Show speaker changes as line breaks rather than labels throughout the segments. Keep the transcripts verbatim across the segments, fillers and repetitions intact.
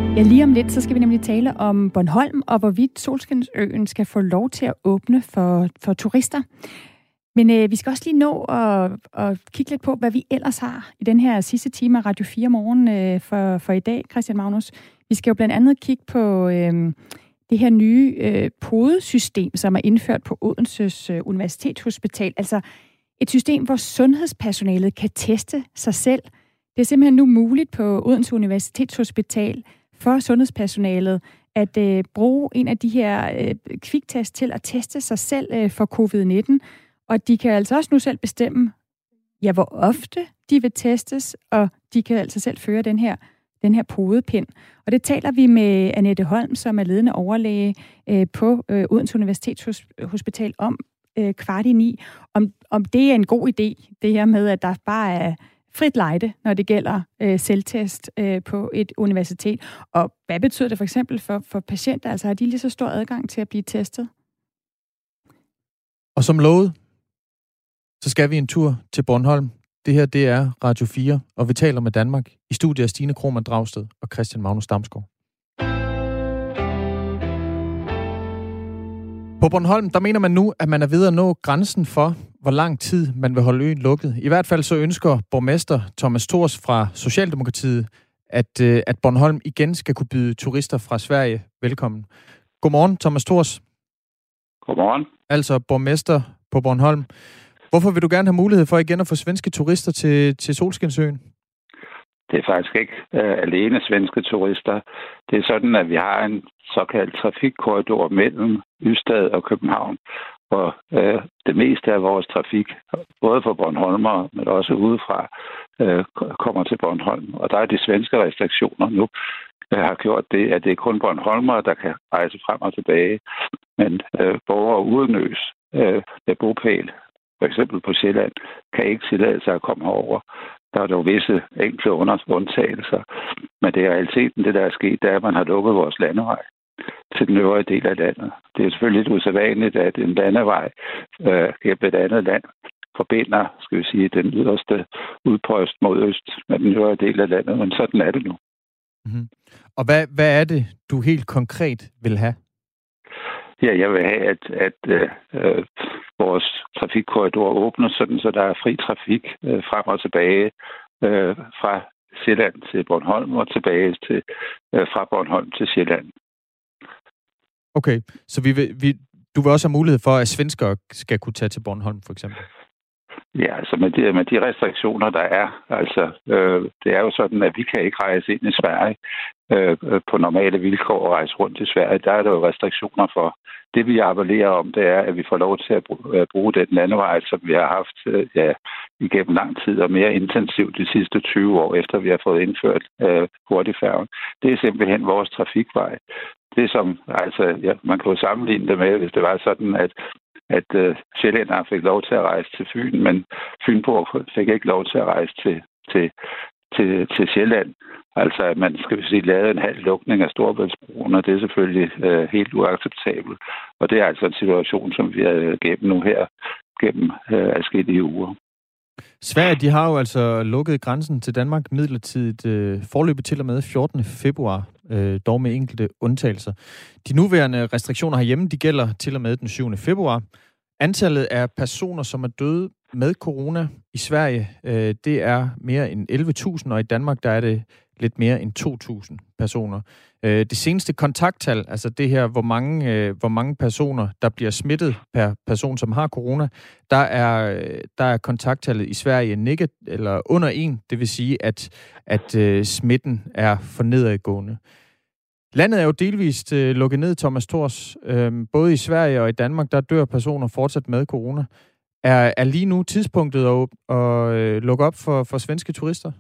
Ja, lige om lidt, så skal vi nemlig tale om Bornholm, og hvorvidt Solskinsøen skal få lov til at åbne for, for turister. Men øh, vi skal også lige nå at, at kigge lidt på, hvad vi ellers har i den her sidste time af Radio fire Morgen øh, for, for i dag, Christian Magnus. Vi skal jo blandt andet kigge på øh, det her nye øh, podesystem, som er indført på Odenses øh, Universitetshospital. Altså et system, hvor sundhedspersonalet kan teste sig selv. Det er simpelthen nu muligt på Odense Universitetshospital for sundhedspersonalet at øh, bruge en af de her øh, kviktest til at teste sig selv øh, for covid nitten. Og de kan altså også nu selv bestemme, ja, hvor ofte de vil testes, og de kan altså selv føre den her, den her podepind. Og det taler vi med Annette Holm, som er ledende overlæge øh, på øh, Odense Universitetshospital om øh, kvart i ni. Om, om det er en god idé, det her med, at der bare er frit lejde, når det gælder øh, selvtest øh, på et universitet. Og hvad betyder det for eksempel for, for patienter? Altså har de lige så stor adgang til at blive testet?
Og som lovet, så skal vi en tur til Bornholm. Det her, det er Radio fire, og vi taler med Danmark. I studiet er Stine Krohmann Dragsted og Christian Magnus Damsgaard. På Bornholm, der mener man nu, at man er ved at nå grænsen for, hvor lang tid man vil holde øen lukket. I hvert fald så ønsker borgmester Thomas Thors fra Socialdemokratiet, at, at Bornholm igen skal kunne byde turister fra Sverige velkommen. Godmorgen, Thomas Thors.
Godmorgen.
Altså borgmester på Bornholm. Hvorfor vil du gerne have mulighed for igen at få svenske turister til, til Solskinsøen?
Det er faktisk ikke øh, alene svenske turister. Det er sådan, at vi har en såkaldt trafikkorridor mellem Ystad og København, hvor øh, det meste af vores trafik, både for Bornholmere, men også udefra, øh, kommer til Bornholm. Og der er de svenske restriktioner nu, der har gjort det, at det er kun Bornholmere, der kan rejse frem og tilbage. Men øh, borgere uden øs øh, med bopæl, for eksempel på Sjælland, kan ikke tillade sig at komme herover. Der er dog visse enkle undtagelser. Men det er realiteten, det der er sket, det er, at man har lukket vores landevej til den øvrige del af landet. Det er selvfølgelig lidt usædvanligt, at en landevej øh, gennem et andet land forbinder, skal vi sige, den yderste udpost mod øst med den øvrige del af landet. Men sådan er det nu.
Mm-hmm. Og hvad, hvad er det, du helt konkret vil have?
Ja, jeg vil have, at, at øh, vores trafikkorridor åbner, sådan, så der er fri trafik øh, frem og tilbage øh, fra Sjælland til Bornholm og tilbage til, øh, fra Bornholm til Sjælland.
Okay, så vi vil, vi, du vil også have mulighed for, at svenskere skal kunne tage til Bornholm, for eksempel?
Ja, altså med de, med de restriktioner, der er, altså øh, det er jo sådan, at vi kan ikke rejse ind i Sverige øh, på normale vilkår og rejse rundt i Sverige. Der er der jo restriktioner for. Det vi appellerer om, det er, at vi får lov til at bruge, at bruge den landevej, som vi har haft øh, ja, igennem lang tid og mere intensivt de sidste tyve år, efter vi har fået indført øh, hurtigfærgen. Det er simpelthen vores trafikvej. Det som, altså, ja, man kan jo sammenligne det med, hvis det var sådan, at at uh, sjællændere fik lov til at rejse til Fyn, men Fynboer fik ikke lov til at rejse til, til, til, til Sjælland. Altså, at man skal vi sige, lave en halv lukning af Storebæltsbroen, og det er selvfølgelig uh, helt uacceptabelt. Og det er altså en situation, som vi har gennem nu her, gennem uh, adskillige uger.
Sverige, de har jo altså lukket grænsen til Danmark midlertidigt øh, forløbet til og med fjortende februar, øh, dog med enkelte undtagelser. De nuværende restriktioner herhjemme, de gælder til og med den syvende februar. Antallet af personer, som er døde med corona i Sverige, øh, det er mere end elleve tusind, og i Danmark, der er det lidt mere end to tusind personer. Øh, det seneste kontakttal, altså det her, hvor mange, øh, hvor mange personer, der bliver smittet per person, som har corona, der er, der er kontakttallet i Sverige negat, eller under en, det vil sige, at, at øh, smitten er for nedadgående. Landet er jo delvist øh, lukket ned, Thomas Thors. Øh, både i Sverige og i Danmark, der dør personer fortsat med corona. Er, er lige nu tidspunktet at, at øh, lukke op for, for svenske turister?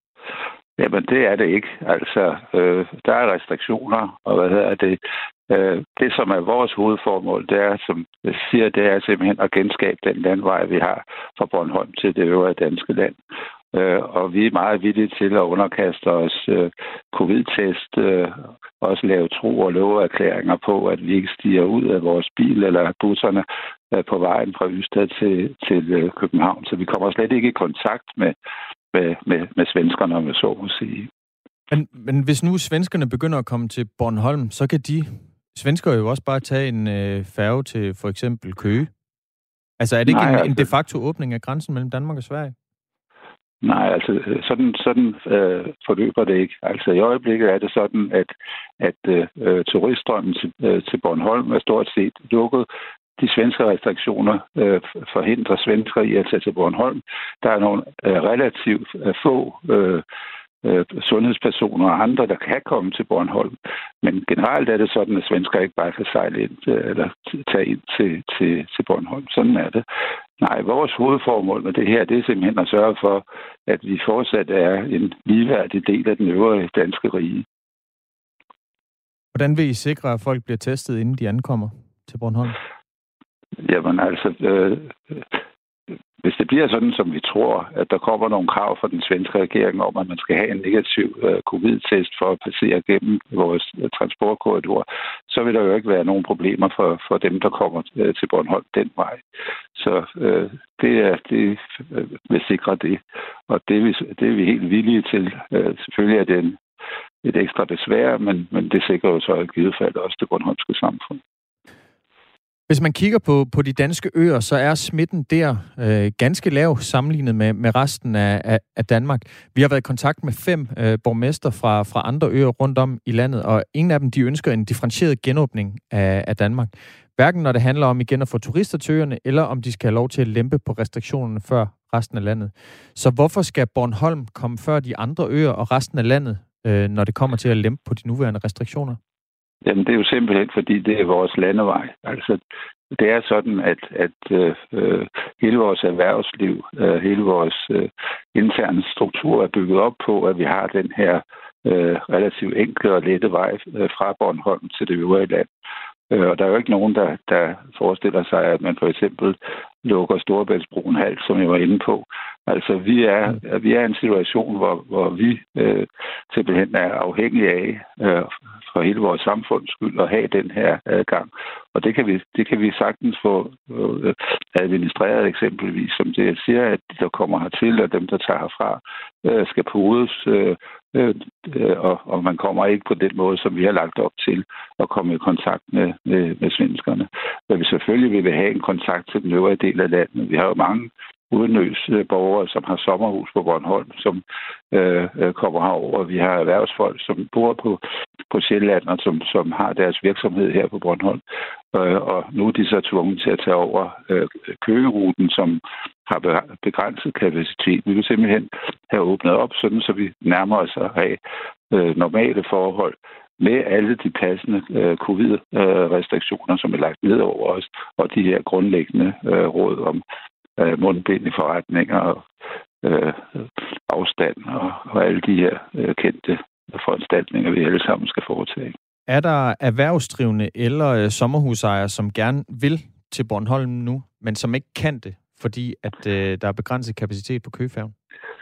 Jamen, det er det ikke. Altså, øh, der er restriktioner, og hvad hedder det? Øh, det, som er vores hovedformål, det er, som jeg siger, det er simpelthen at genskabe den landvej, vi har fra Bornholm til det øvrige danske land. Øh, og vi er meget villige til at underkaste os øh, covid-test, øh, også lave tro- og loveerklæringer på, at vi ikke stiger ud af vores bil eller busserne øh, på vejen fra Ystad til, til øh, København. Så vi kommer slet ikke i kontakt med Med, med, med svenskerne, om jeg så må sige.
Men, men hvis nu svenskerne begynder at komme til Bornholm, så kan de svenskere jo også bare tage en øh, færge til for eksempel Køge. Altså er det ikke Nej, en, altså... en de facto åbning af grænsen mellem Danmark og Sverige?
Nej, altså sådan, sådan øh, forløber det ikke. Altså i øjeblikket er det sådan, at, at øh, turiststrømmen til, øh, til Bornholm er stort set lukket. De svenske restriktioner øh, forhindrer svenskere i at tage til Bornholm. Der er nogle øh, relativt øh, få øh, øh, sundhedspersoner og andre, der kan komme til Bornholm. Men generelt er det sådan, at svensker ikke bare kan sejle ind øh, eller tage ind til, til, til Bornholm. Sådan er det. Nej, vores hovedformål med det her, det er simpelthen at sørge for, at vi fortsat er en ligeværdig del af den øvrige danske rige.
Hvordan vil I sikre, at folk bliver testet, inden de ankommer til Bornholm?
Jamen altså, øh, hvis det bliver sådan, som vi tror, at der kommer nogle krav fra den svenske regering om, at man skal have en negativ øh, covid-test for at passere gennem vores øh, transportkorridor, så vil der jo ikke være nogen problemer for, for dem, der kommer øh, til Bornholm den vej. Så øh, det er det øh, vil sikre det, og det er vi, det er vi helt villige til. Øh, selvfølgelig er det en, et ekstra besvær, men, men det sikrer jo så i givet fald også det bornholmske samfund.
Hvis man kigger på, på de danske øer, så er smitten der øh, ganske lav sammenlignet med, med resten af, af, af Danmark. Vi har været i kontakt med fem øh, borgmester fra, fra andre øer rundt om i landet, og ingen af dem de ønsker en differentieret genåbning af, af Danmark. Hverken når det handler om igen at få turister til øerne, eller om de skal have lov til at lempe på restriktionerne før resten af landet. Så hvorfor skal Bornholm komme før de andre øer og resten af landet, øh, når det kommer til at lempe på de nuværende restriktioner?
Jamen, det er jo simpelthen, fordi det er vores landevej. Altså, det er sådan, at, at øh, hele vores erhvervsliv, øh, hele vores øh, interne struktur er bygget op på, at vi har den her øh, relativt enkle og lette vej øh, fra Bornholm til det øvrige land. Øh, og der er jo ikke nogen, der, der forestiller sig, at man for eksempel lukker Storebæltsbroen halvt, som jeg var inde på. Altså, vi er, vi er i en situation, hvor, hvor vi øh, simpelthen er afhængige af, øh, for hele vores samfunds skyld, at have den her adgang. Og det kan vi, det kan vi sagtens få øh, administreret eksempelvis, som det jeg siger, at de, der kommer hertil, og dem, der tager herfra, øh, skal podes, øh, øh, og, og man kommer ikke på den måde, som vi har lagt op til, at komme i kontakt med, med, med svenskerne. Men vi selvfølgelig vil have en kontakt til den øvrige del af landet. Vi har jo mange udenøs borgere, som har sommerhus på Bornholm, som øh, kommer herover. Vi har erhvervsfolk, som bor på, på Sjælland, og som, som har deres virksomhed her på Bornholm. Øh, og nu er de så tvunget til at tage over øh, Køgeruten, som har begrænset kapacitet. Vi vil simpelthen have åbnet op, sådan så vi nærmer os at have øh, normale forhold med alle de passende øh, covid-restriktioner, som er lagt ned over os, og de her grundlæggende øh, råd om øh, mundbind i forretninger og øh, afstand og, og alle de her øh, kendte foranstaltninger, vi alle sammen skal foretage.
Er der erhvervsdrivende eller øh, sommerhusejere, som gerne vil til Bornholm nu, men som ikke kan det, fordi at øh, der er begrænset kapacitet på Køgefærgen?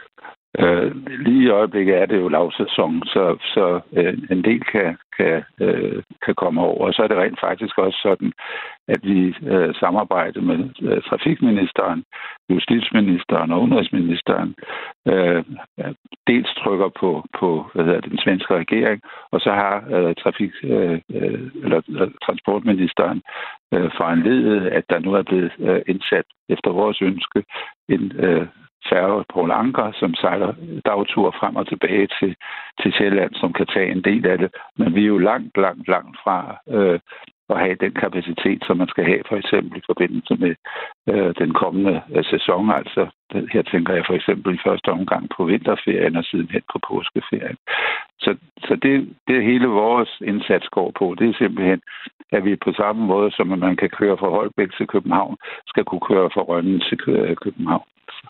Øh, lige i øjeblikket er det jo lavsæson, så, så øh, en del kan, kan, øh, kan komme over. Og så er det rent faktisk også sådan, at vi øh, samarbejder med øh, trafikministeren, justitsministeren og udenrigsministeren, øh, dels trykker på, på hvad hedder det, den svenske regering, og så har øh, trafik, øh, eller, eller transportministeren øh, foranledet, at der nu er blevet øh, indsat efter vores ønske en øh, færge på Anker, som sejler dagtur frem og tilbage til, til Sjælland, som kan tage en del af det. Men vi er jo langt, langt, langt fra øh, at have den kapacitet, som man skal have, for eksempel i forbindelse med øh, den kommende øh, sæson. Altså, her tænker jeg for eksempel i første omgang på vinterferien og sidenhen på påskeferien. Så, så det, det hele vores indsats går på, det er simpelthen, at vi på samme måde, som man kan køre fra Holbæk til København, skal kunne køre fra Rønne til København.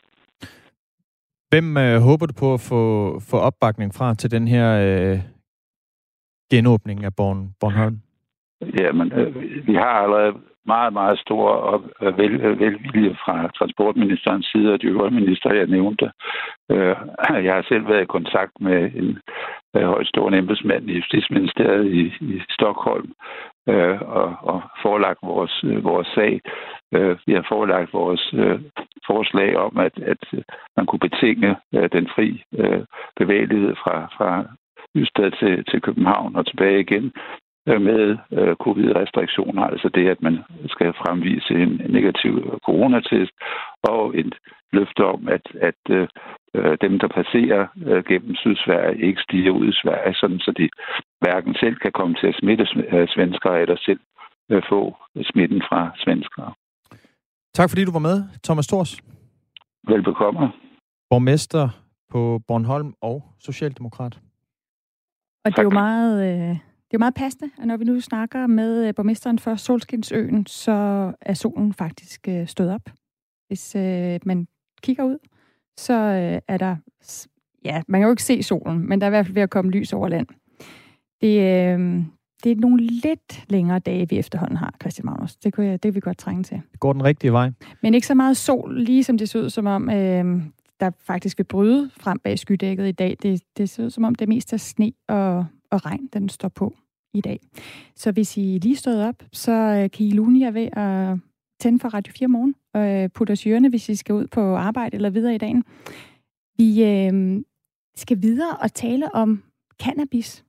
Hvem øh, håber du på at få, få opbakning fra til den her øh, genåbning af Born, Bornholm?
Jamen, øh, vi har allerede meget, meget stor og øh, vel, øh, velvilje fra transportministerens side og de øvrige minister, jeg nævnte. Øh, jeg har selv været i kontakt med en øh, højtstående embedsmand i Justitsministeriet i, i Stockholm øh, og, og forelagt vores, øh, vores sag. Øh, vi har forelagt vores øh, forslag om, at, at man kunne betinge øh, den fri øh, bevægelighed fra, fra Ystad til, til København og tilbage igen med øh, covid-restriktioner, altså det, at man skal fremvise en, en negativ coronatest og et løfte om, at, at øh, dem, der passerer øh, gennem Sydsverige, ikke stiger ud i Sverige, sådan, så de hverken selv kan komme til at smitte øh, svenskere eller selv øh, få smitten fra svenskere.
Tak fordi du var med, Thomas Thors.
Velbekomme.
Borgmester på Bornholm og socialdemokrat.
Og det er jo meget, øh, det er meget passende, at når vi nu snakker med øh, borgmesteren for Solskinsøen, så er solen faktisk øh, stået op. Hvis øh, man kigger ud, så øh, er der, ja, man kan jo ikke se solen, men der er i hvert fald ved at komme lys over land. Det, øh, det er nogle lidt længere dage, vi efterhånden har, Christian Magnus. Det, kunne jeg, det vil vi godt trænge til.
Det går den rigtige vej.
Men ikke så meget sol, lige som det ser ud som om, øh, der faktisk vil bryde frem bag skydækket i dag. Det, det ser ud som om, det er mest af sne og, og regn, den står på i dag. Så hvis I lige stået op, så øh, kan I lune jer ved at tænde for Radio fire Morgen og øh, putte os i ørerne, hvis I skal ud på arbejde eller videre i dagen. Vi øh, skal videre og tale om cannabis.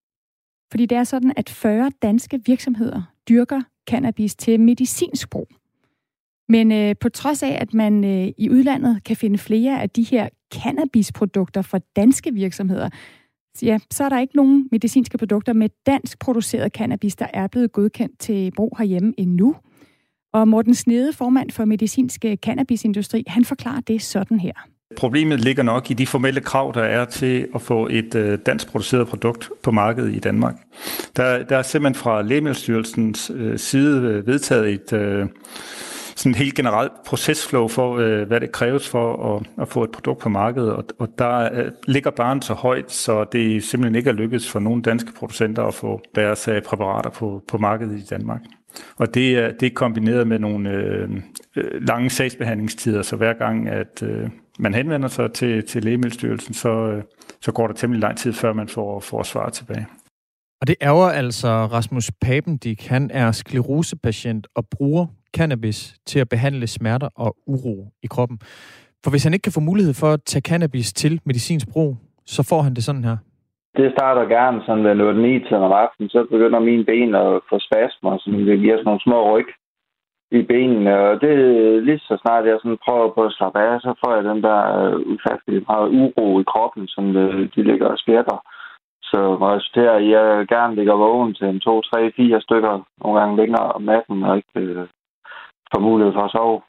Fordi det er sådan, at fyrre danske virksomheder dyrker cannabis til medicinsk brug. Men øh, på trods af, at man øh, i udlandet kan finde flere af de her cannabisprodukter fra danske virksomheder, ja, så er der ikke nogen medicinske produkter med dansk produceret cannabis, der er blevet godkendt til brug herhjemme endnu. Og Morten Snede, formand for medicinsk cannabisindustri, han forklarer det sådan her.
Problemet ligger nok i de formelle krav, der er til at få et øh, dansk produceret produkt på markedet i Danmark. Der, der er simpelthen fra Lægemiddelstyrelsens øh, side øh, vedtaget et øh, sådan helt generelt procesflow for, øh, hvad det kræves for at, at få et produkt på markedet. Og, og der øh, ligger barren så højt, så det simpelthen ikke er lykkedes for nogle danske producenter at få deres øh, præparater på, på markedet i Danmark. Og det er, det er kombineret med nogle øh, lange sagsbehandlingstider, så hver gang, at øh, man henvender sig til, til Lægemiddelstyrelsen, så, øh, så går der temmelig lang tid, før man får, får svar tilbage.
Og det ærger altså Rasmus Papendik. Han er sklerosepatient og bruger cannabis til at behandle smerter og uro i kroppen. For hvis han ikke kan få mulighed for at tage cannabis til medicinsk brug, så får han det sådan her.
Det starter gerne sådan ved otte ni tiden om aftenen, så begynder mine ben at få spasmer, så det giver sådan nogle små ryg i benene. Og det lige så snart jeg sådan prøver på at slappe af, så får jeg den der ufattelig meget uro i kroppen, som de ligger og spjætter. Så må resulterer i, at jeg gerne ligger vågen til en to, tre, fire stykker, nogle gange længere om natten, og ikke øh, får mulighed for at sove.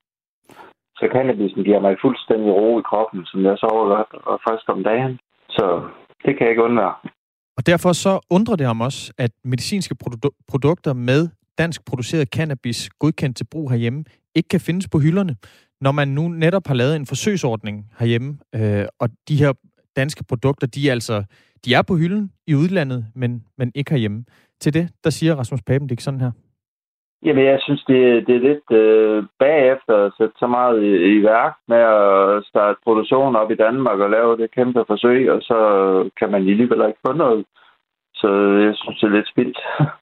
Så cannabisen giver mig fuldstændig ro i kroppen, som jeg sover godt og frisk om dagen. Så det kan jeg ikke undvære.
Og derfor så undrer det ham også, at medicinske produ- produkter med dansk produceret cannabis, godkendt til brug herhjemme, ikke kan findes på hylderne, når man nu netop har lavet en forsøgsordning herhjemme. Øh, og de her danske produkter, de er altså de er på hylden i udlandet, men, men ikke herhjemme. Til det, der siger Rasmus Papendik sådan her.
Jamen, jeg synes, det, det er lidt øh, bagefter at sætte så meget i, i værk med at starte produktionen op i Danmark og lave det kæmpe forsøg, og så kan man alligevel ikke få noget. Så jeg synes, det er lidt spildt.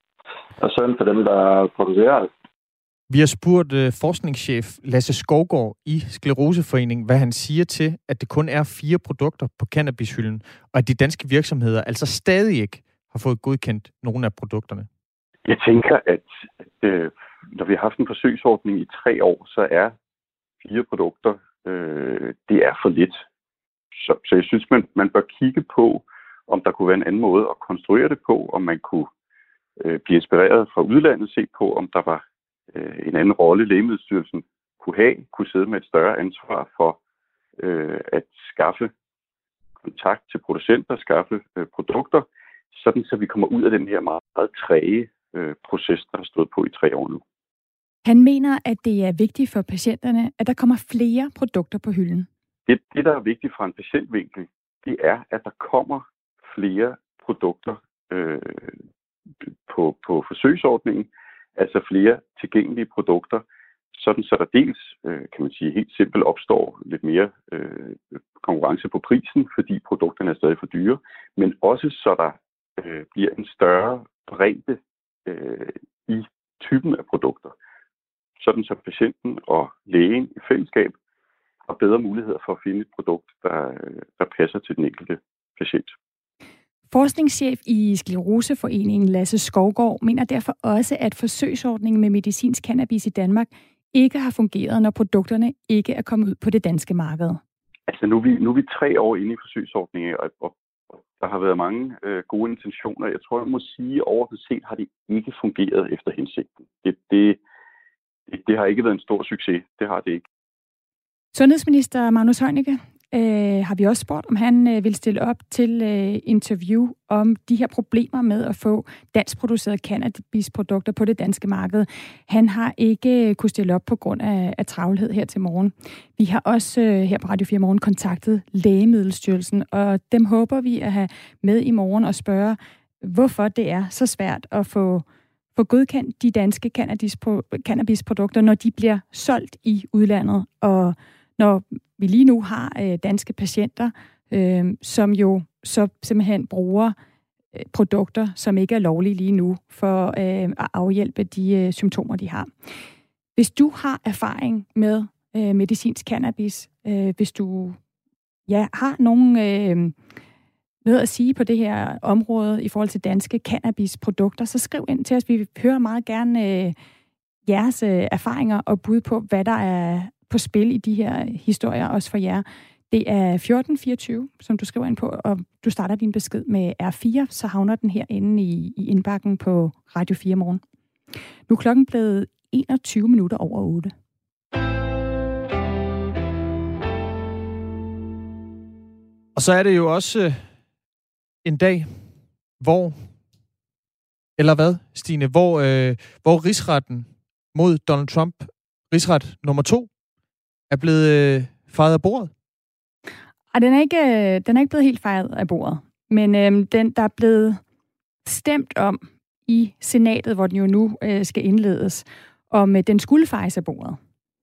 Og sådan for dem, der producerer det.
Vi har spurgt øh, forskningschef Lasse Skovgaard i Skleroseforeningen, hvad han siger til, at det kun er fire produkter på cannabishylden, og at de danske virksomheder altså stadig ikke har fået godkendt nogle af produkterne.
Jeg tænker, at øh, når vi har haft en forsøgsordning i tre år, så er fire produkter, øh, det er for lidt. Så, så jeg synes, man, man bør kigge på, om der kunne være en anden måde at konstruere det på, om man kunne øh, blive inspireret fra udlandet, se på, om der var øh, en anden rolle, Lægemiddelstyrelsen kunne have, kunne sidde med et større ansvar for øh, at skaffe kontakt til producenter, skaffe øh, produkter, sådan så vi kommer ud af den her meget, meget træge øh, proces, der har stået på i tre år nu.
Han mener, at det er vigtigt for patienterne, at der kommer flere produkter på hylden.
Det, det der er vigtigt fra en patientvinkel, det er, at der kommer flere produkter øh, på, på forsøgsordningen, altså flere tilgængelige produkter, sådan så der dels, øh, kan man sige, helt simpelt opstår lidt mere øh, konkurrence på prisen, fordi produkterne er stadig for dyre, men også så der øh, bliver en større bredde øh, i typen af produkter, sådan så patienten og lægen i fællesskab har bedre muligheder for at finde et produkt, der, der passer til den enkelte patient.
Forskningschef i Skleroseforeningen Lasse Skovgaard mener derfor også, at forsøgsordningen med medicinsk cannabis i Danmark ikke har fungeret, når produkterne ikke er kommet ud på det danske marked.
Altså nu er vi, nu er vi tre år inde i forsøgsordningen, og, og, og der har været mange øh, gode intentioner. Jeg tror, jeg må sige, at overordnet set har det ikke fungeret efter hensigten. Det, det, det, det har ikke været en stor succes. Det har det ikke.
Sundhedsminister Magnus Heunicke øh, har vi også spurgt, om han øh, vil stille op til øh, interview om de her problemer med at få danskproducerede cannabisprodukter på det danske marked. Han har ikke øh, kunne stille op på grund af, af travlhed her til morgen. Vi har også øh, her på Radio fire Morgen kontaktet Lægemiddelstyrelsen, og dem håber vi at have med i morgen og spørge, hvorfor det er så svært at få, få godkendt de danske cannabisprodukter, når de bliver solgt i udlandet, og når vi lige nu har øh, danske patienter, øh, som jo så simpelthen bruger øh, produkter, som ikke er lovlige lige nu, for øh, at afhjælpe de øh, symptomer, de har. Hvis du har erfaring med øh, medicinsk cannabis, øh, hvis du ja, har nogen, øh, noget at sige på det her område i forhold til danske cannabisprodukter, så skriv ind til os. Vi hører meget gerne øh, jeres øh, erfaringer og bud på, hvad der er på spil i de her historier, også for jer. Det er fjorten fireogtyve, som du skriver ind på, og du starter din besked med R fire, så havner den herinde i, i indbakken på Radio fire Morgen. Nu er klokken blevet enogtyve minutter over otte.
Og så er det jo også øh, en dag, hvor, eller hvad, Stine, hvor, øh, hvor rigsretten mod Donald Trump, rigsret nummer to, er blevet øh, fejret af bordet?
Og den er ikke, øh, den er ikke blevet helt fejret af bordet, men øh, den, der er blevet stemt om i senatet, hvor den jo nu øh, skal indledes, om øh, den skulle fejres af bordet.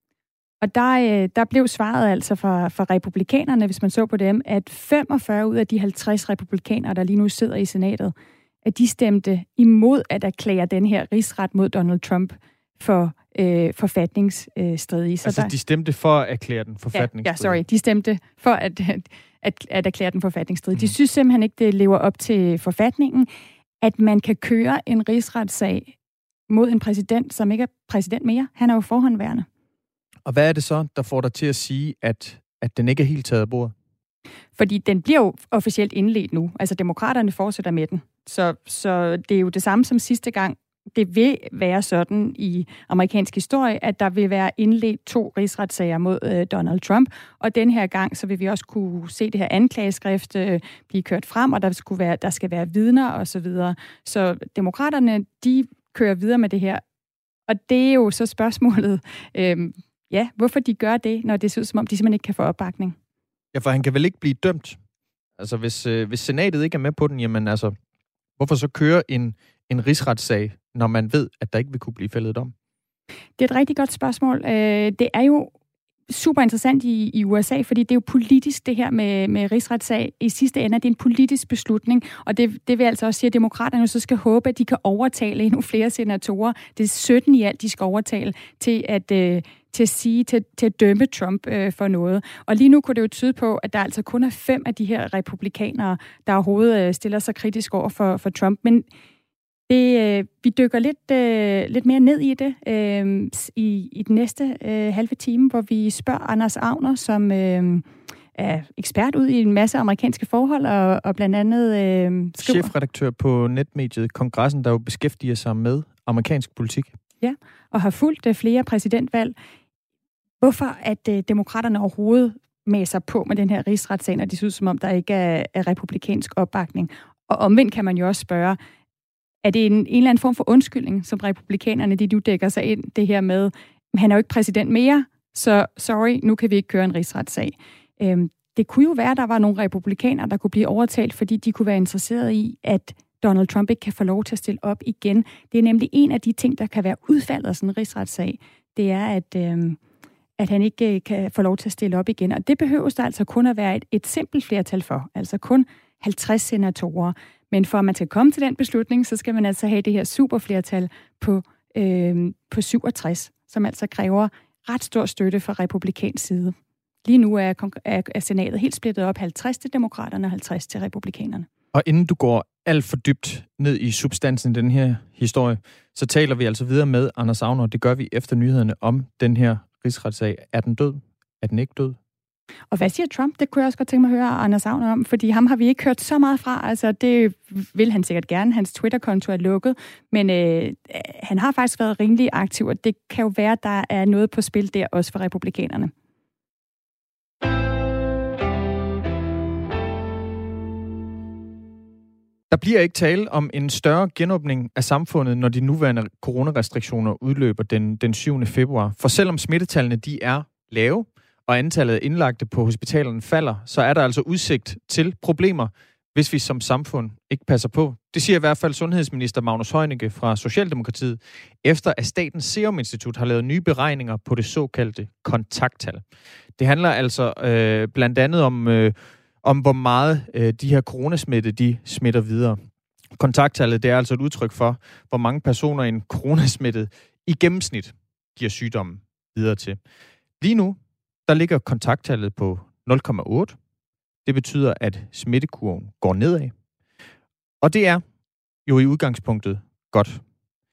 Og der, øh, der blev svaret altså fra, fra republikanerne, hvis man så på dem, at femogfyrre ud af de halvtreds republikanere, der lige nu sidder i senatet, at de stemte imod at erklære den her rigsret mod Donald Trump for øh, forfatningsstridige. Så
altså,
der,
de stemte for at erklære den forfatningsstridige?
Ja, ja, sorry. De stemte for at, at, at erklære den forfatningsstridige. Mm. De synes simpelthen ikke, det lever op til forfatningen, at man kan køre en rigsretssag mod en præsident, som ikke er præsident mere. Han er jo forhåndværende. Og
hvad er det så, der får dig til at sige, at, at den ikke er helt taget af bordet?
Fordi den bliver jo officielt indledt nu. Altså, demokraterne fortsætter med den. Så, så det er jo det samme som sidste gang. Det vil være sådan i amerikansk historie, at der vil være indledt to rigsretssager mod øh, Donald Trump. Og den her gang, så vil vi også kunne se det her anklageskrift øh, blive kørt frem, og der, skulle være, der skal være vidner og så videre. Så demokraterne, de kører videre med det her. Og det er jo så spørgsmålet, øh, ja, hvorfor de gør det, når det ser ud som om, de simpelthen ikke kan få opbakning.
Ja, for han kan vel ikke blive dømt? Altså, hvis, øh, hvis senatet ikke er med på den, jamen altså, hvorfor så køre en, en rigsretssag, når man ved, at der ikke vil kunne blive fældet dom?
Det er et rigtig godt spørgsmål. Øh, det er jo super interessant i, i U S A, fordi det er jo politisk, det her med, med rigsretssag. I sidste ende er det en politisk beslutning, og det, det vil altså også sige, at demokraterne så skal håbe, at de kan overtale endnu flere senatorer. Det er sytten i alt, de skal overtale til at, øh, til at sige, til, til at dømme Trump øh, for noget. Og lige nu kunne det jo tyde på, at der altså kun er fem af de her republikanere, der overhovedet øh, stiller sig kritisk over for, for Trump. Men Det, øh, vi dykker lidt, øh, lidt mere ned i det øh, i, i den næste øh, halve time, hvor vi spørger Anders Agner, som øh, er ekspert ud i en masse amerikanske forhold, og, og blandt andet øh, skriver...
Chefredaktør på netmediet Kongressen, der jo beskæftiger sig med amerikansk politik.
Ja, og har fulgt øh, flere præsidentvalg. Hvorfor at øh, demokraterne overhovedet mæser på med den her rigsretssag, når de synes, som om der ikke er, er republikansk opbakning. Og omvendt kan man jo også spørge, er det en, en eller anden form for undskyldning, som republikanerne, de nu dækker sig ind, det her med, han er jo ikke præsident mere, så sorry, nu kan vi ikke køre en rigsretssag. Øhm, det kunne jo være, at der var nogle republikanere, der kunne blive overtalt, fordi de kunne være interesserede i, at Donald Trump ikke kan få lov til at stille op igen. Det er nemlig en af de ting, der kan være udfaldet af sådan en rigsretssag. Det er, at, øhm, at han ikke kan få lov til at stille op igen. Og det behøves der altså kun at være et, et simpelt flertal for. Altså kun halvtreds senatorer. Men for at man skal komme til den beslutning, så skal man altså have det her superflertal på, øh, på syvogtres, som altså kræver ret stor støtte fra republikansk side. Lige nu er, er, er senatet helt splittet op, halvtreds til demokraterne og halvtreds til republikanerne.
Og inden du går alt for dybt ned i substansen i den her historie, så taler vi altså videre med Anders Agner. Det gør vi efter nyhederne om den her rigsretssag. Er den død? Er den ikke død?
Og hvad siger Trump? Det kunne jeg også godt tænke mig at høre Anders Agner om, fordi ham har vi ikke hørt så meget fra. Altså, det vil han sikkert gerne. Hans Twitter-konto er lukket, men øh, han har faktisk været rimelig aktiv, og det kan jo være, at der er noget på spil der også for republikanerne.
Der bliver ikke tale om en større genåbning af samfundet, når de nuværende coronarestriktioner udløber den, den syvende februar. For selvom smittetallene de er lave, og antallet af indlagte på hospitalerne falder, så er der altså udsigt til problemer, hvis vi som samfund ikke passer på. Det siger i hvert fald sundhedsminister Magnus Heunicke fra Socialdemokratiet, efter at Statens Serum Institut har lavet nye beregninger på det såkaldte kontakttal. Det handler altså øh, blandt andet om, øh, om, hvor meget øh, de her coronasmitte, de smitter videre. Kontakttallet, det er altså et udtryk for, hvor mange personer en coronasmittet i gennemsnit giver sygdommen videre til. Lige nu, der ligger kontakttallet på nul komma otte. Det betyder, at smittekurven går nedad. Og det er jo i udgangspunktet godt.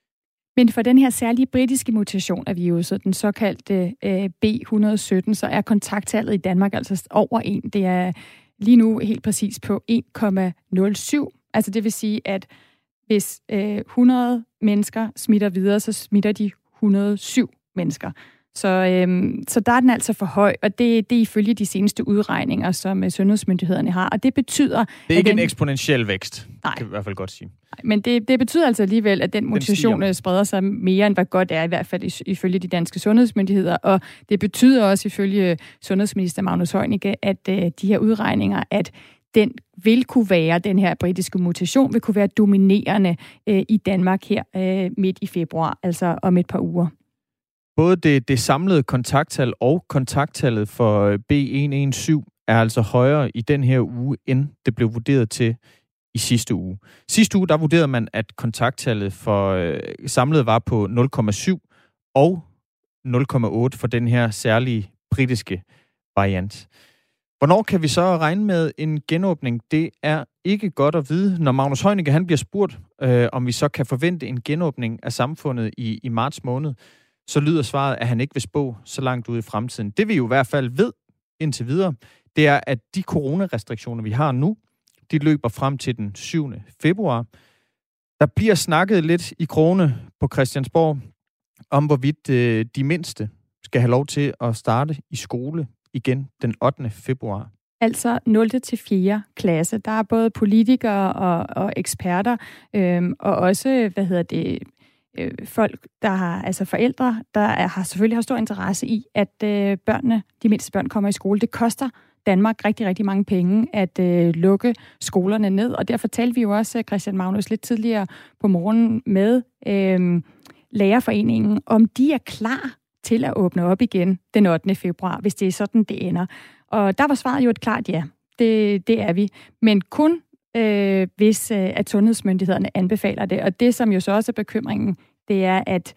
Men for den her særlige britiske mutation af viruset, den såkaldte øh, B et hundrede og sytten, så er kontakttallet i Danmark altså over en. Det er lige nu helt præcis på en komma nul syv. Altså det vil sige, at hvis øh, hundrede mennesker smitter videre, så smitter de et hundrede og syv mennesker. Så, øhm, så der er den altså for høj, og det, det er ifølge de seneste udregninger, som sundhedsmyndighederne har. Og det betyder...
Det er ikke
den,
en eksponentiel vækst,
nej,
kan vi i hvert fald godt sige.
Nej, men det, det betyder altså alligevel, at den mutation den spreder sig mere, end hvad godt er, i hvert fald ifølge de danske sundhedsmyndigheder. Og det betyder også ifølge sundhedsminister Magnus Heunicke, at øh, de her udregninger, at den vil kunne være, den her britiske mutation, vil kunne være dominerende øh, i Danmark her øh, midt i februar, altså om et par uger.
Både det, det samlede kontakttal og kontakttallet for B et hundrede og sytten er altså højere i den her uge, end det blev vurderet til i sidste uge. Sidste uge, der vurderede man, at kontakttallet for øh, samlet var på nul komma syv og nul komma otte for den her særlige britiske variant. Hvornår kan vi så regne med en genåbning? Det er ikke godt at vide. Når Magnus Heunicke han bliver spurgt, øh, om vi så kan forvente en genåbning af samfundet i, i marts måned, så lyder svaret, at han ikke vil spå så langt ude i fremtiden. Det vi jo i hvert fald ved indtil videre, det er, at de coronarestriktioner, vi har nu, de løber frem til den syvende februar. Der bliver snakket lidt i krone på Christiansborg om, hvorvidt øh, de mindste skal have lov til at starte i skole igen den ottende februar.
Altså nul til fjerde klasse. Der er både politikere og, og eksperter, øhm, og også, hvad hedder det, øh, folk, der har, altså forældre, der er, har selvfølgelig har stor interesse i, at øh, børnene, de mindste børn kommer i skole. Det koster Danmark rigtig, rigtig mange penge at øh, lukke skolerne ned, og derfor talte vi jo også, Christian Magnus, lidt tidligere på morgenen med øh, Lærerforeningen, om de er klar til at åbne op igen den ottende februar, hvis det er sådan, det ender. Og der var svaret jo et klart ja. Det, det er vi. Men kun øh, hvis øh, at sundhedsmyndighederne anbefaler det. Og det, som jo så også er bekymringen, det er, at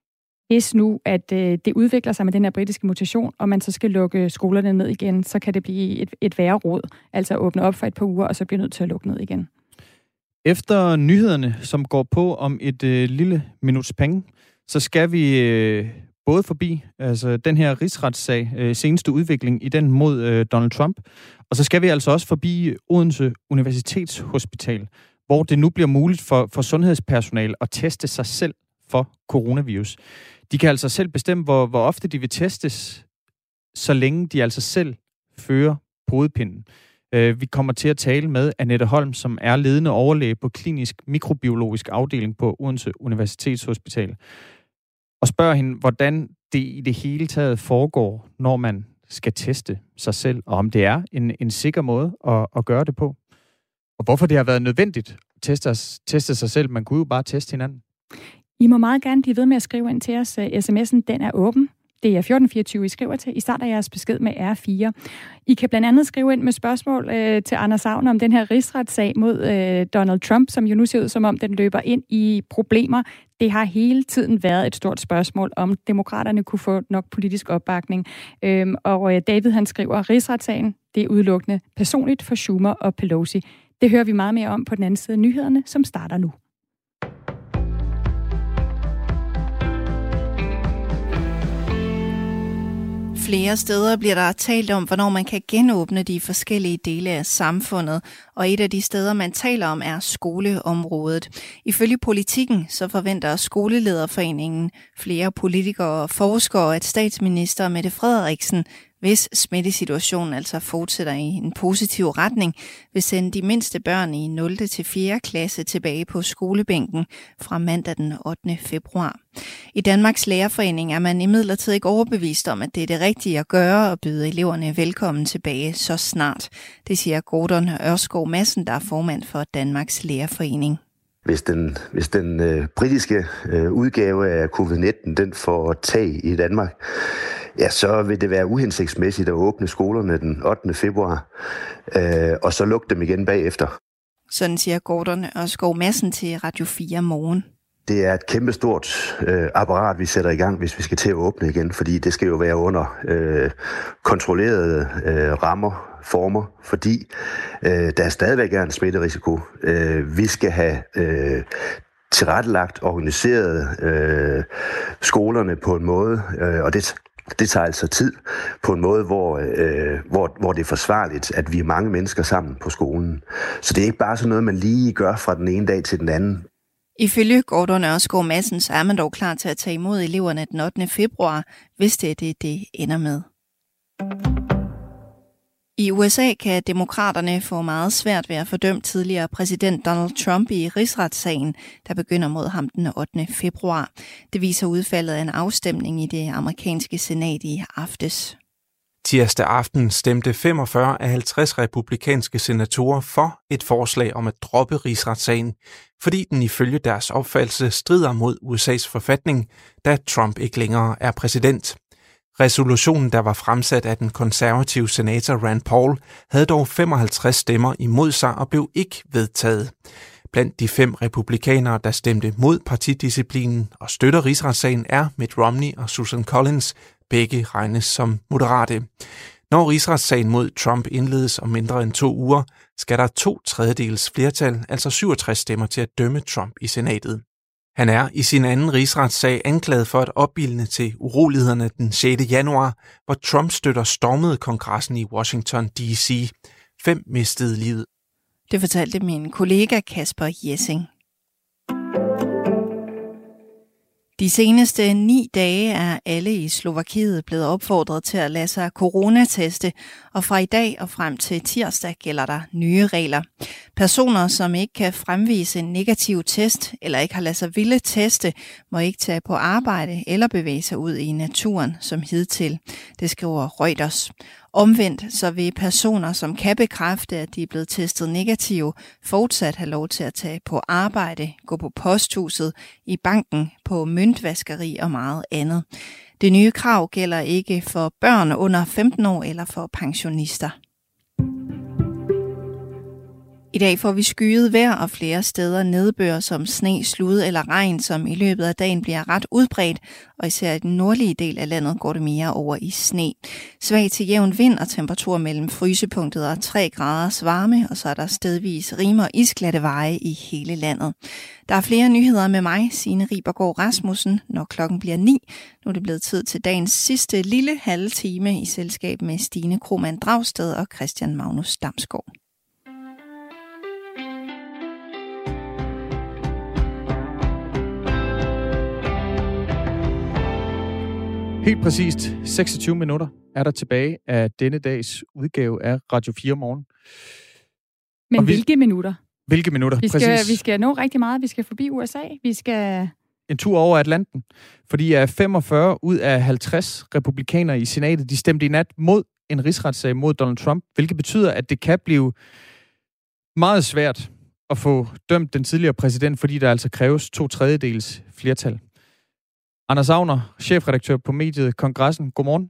hvis nu, at øh, det udvikler sig med den her britiske mutation, og man så skal lukke skolerne ned igen, så kan det blive et, et værre råd. Altså åbne op for et par uger, og så bliver nødt til at lukke ned igen.
Efter nyhederne, som går på om et øh, lille minuts penge, så skal vi øh, både forbi altså den her rigsretssag, øh, seneste udvikling i den mod øh, Donald Trump, og så skal vi altså også forbi Odense Universitetshospital, hvor det nu bliver muligt for, for sundhedspersonale at teste sig selv for coronavirus. De kan altså selv bestemme, hvor, hvor ofte de vil testes, så længe de altså selv fører hovedpinden. Uh, vi kommer til at tale med Annette Holm, som er ledende overlæge på klinisk mikrobiologisk afdeling på Odense Universitetshospital, og spørger hende, hvordan det i det hele taget foregår, når man skal teste sig selv, og om det er en, en sikker måde at, at gøre det på. Og hvorfor det har været nødvendigt at teste, teste sig selv. Man kunne jo bare teste hinanden.
I må meget gerne blive ved med at skrive ind til os. sms'en, den er åben. Det er fjorten fireogtyve, I skriver til. I starter jeres besked med R fire. I kan blandt andet skrive ind med spørgsmål øh, til Anders Agner om den her rigsretssag mod øh, Donald Trump, som jo nu ser ud som om, den løber ind i problemer. Det har hele tiden været et stort spørgsmål, om demokraterne kunne få nok politisk opbakning. Øhm, og øh, David, han skriver, rigsretssagen, det er udelukkende personligt for Schumer og Pelosi. Det hører vi meget mere om på den anden side af nyhederne, som starter nu.
Flere steder bliver der talt om, hvornår man kan genåbne de forskellige dele af samfundet, og et af de steder, man taler om, er skoleområdet. Ifølge Politikken så forventer Skolelederforeningen, flere politikere og forskere, at statsminister Mette Frederiksen, hvis smittesituationen altså fortsætter i en positiv retning, vil sende de mindste børn i nul til fjerde klasse tilbage på skolebænken fra mandag den ottende februar. I Danmarks Lærerforening er man imidlertid ikke overbevist om, at det er det rigtige at gøre og byde eleverne velkommen tilbage så snart. Det siger Gordon Ørskov Madsen, der er formand for Danmarks Lærerforening.
Hvis den, hvis den øh, britiske øh, udgave af covid nitten den får tag i Danmark, ja, så vil det være uhensigtsmæssigt at åbne skolerne den ottende februar, øh, og så lukke dem igen bagefter.
Sådan siger Gordon Ørskov Madsen til Radio fire Morgen.
Det er et kæmpestort øh, apparat, vi sætter i gang, hvis vi skal til at åbne igen, fordi det skal jo være under øh, kontrollerede øh, rammer, former, fordi øh, der stadigvæk er en smitterisiko. Øh, vi skal have øh, tilrettelagt, organiseret øh, skolerne på en måde, øh, og det Det tager altså tid på en måde, hvor, øh, hvor, hvor det er forsvarligt, at vi er mange mennesker sammen på skolen. Så det er ikke bare sådan noget, man lige gør fra den ene dag til den anden.
Ifølge Gordon Ørskov Madsen, så er man dog klar til at tage imod eleverne den ottende februar, hvis det er det, det ender med. I U S A kan demokraterne få meget svært ved at fordømme tidligere præsident Donald Trump i rigsretssagen, der begynder mod ham den ottende februar. Det viser udfaldet af en afstemning i det amerikanske senat i aftes.
Tirsdag aften stemte femogfyrre af halvtreds republikanske senatorer for et forslag om at droppe rigsretssagen, fordi den ifølge deres opfattelse strider mod U S A's forfatning, da Trump ikke længere er præsident. Resolutionen, der var fremsat af den konservative senator Rand Paul, havde dog femoghalvtreds stemmer imod sig og blev ikke vedtaget. Blandt de fem republikanere, der stemte mod partidisciplinen og støtter rigsretssagen, er Mitt Romney og Susan Collins. Begge regnes som moderate. Når rigsretssagen mod Trump indledes om mindre end to uger, skal der to tredjedels flertal, altså syvogtres stemmer, til at dømme Trump i senatet. Han er i sin anden rigsretssag anklaget for at opildne til urolighederne den sjette januar, hvor Trump støtter stormede kongressen i Washington D C. Fem mistede livet.
Det fortalte min kollega Kasper Jessing. De seneste ni dage er alle i Slovakiet blevet opfordret til at lade sig coronateste, og fra i dag og frem til tirsdag gælder der nye regler. Personer, som ikke kan fremvise en negativ test eller ikke har ladet sig ville teste, må ikke tage på arbejde eller bevæge sig ud i naturen som hidtil. Det skriver Reuters. Omvendt så vil personer, som kan bekræfte, at de er blevet testet negative, fortsat have lov til at tage på arbejde, gå på posthuset, i banken, på møntvaskeri og meget andet. Det nye krav gælder ikke for børn under femten år eller for pensionister. I dag får vi skyet vejr og flere steder nedbør som sne, slud eller regn, som i løbet af dagen bliver ret udbredt, og især i den nordlige del af landet går det mere over i sne. Svag til jævn vind og temperatur mellem frysepunktet og tre graders varme, og så er der stedvis rim- og isglatte veje i hele landet. Der er flere nyheder med mig, Signe Ribergaard Rasmussen, når klokken bliver ni. Nu er det blevet tid til dagens sidste lille halve time i selskab med Stine Krohmann Dragsted og Christian Magnus Damsgaard.
Helt præcist seksogtyve minutter er der tilbage af denne dags udgave af Radio fire Morgen.
Men
vi,
hvilke minutter?
Hvilke minutter,
vi skal,
præcis.
Vi skal nå rigtig meget. Vi skal forbi U S A. Vi skal...
En tur over Atlanten. Fordi af femogfyrre ud af halvtreds republikanere i senatet, de stemte i nat mod en rigsretssag mod Donald Trump, hvilket betyder, at det kan blive meget svært at få dømt den tidligere præsident, fordi der altså kræves to tredjedels flertal. Anders Agner, chefredaktør på mediet Kongressen. Godmorgen.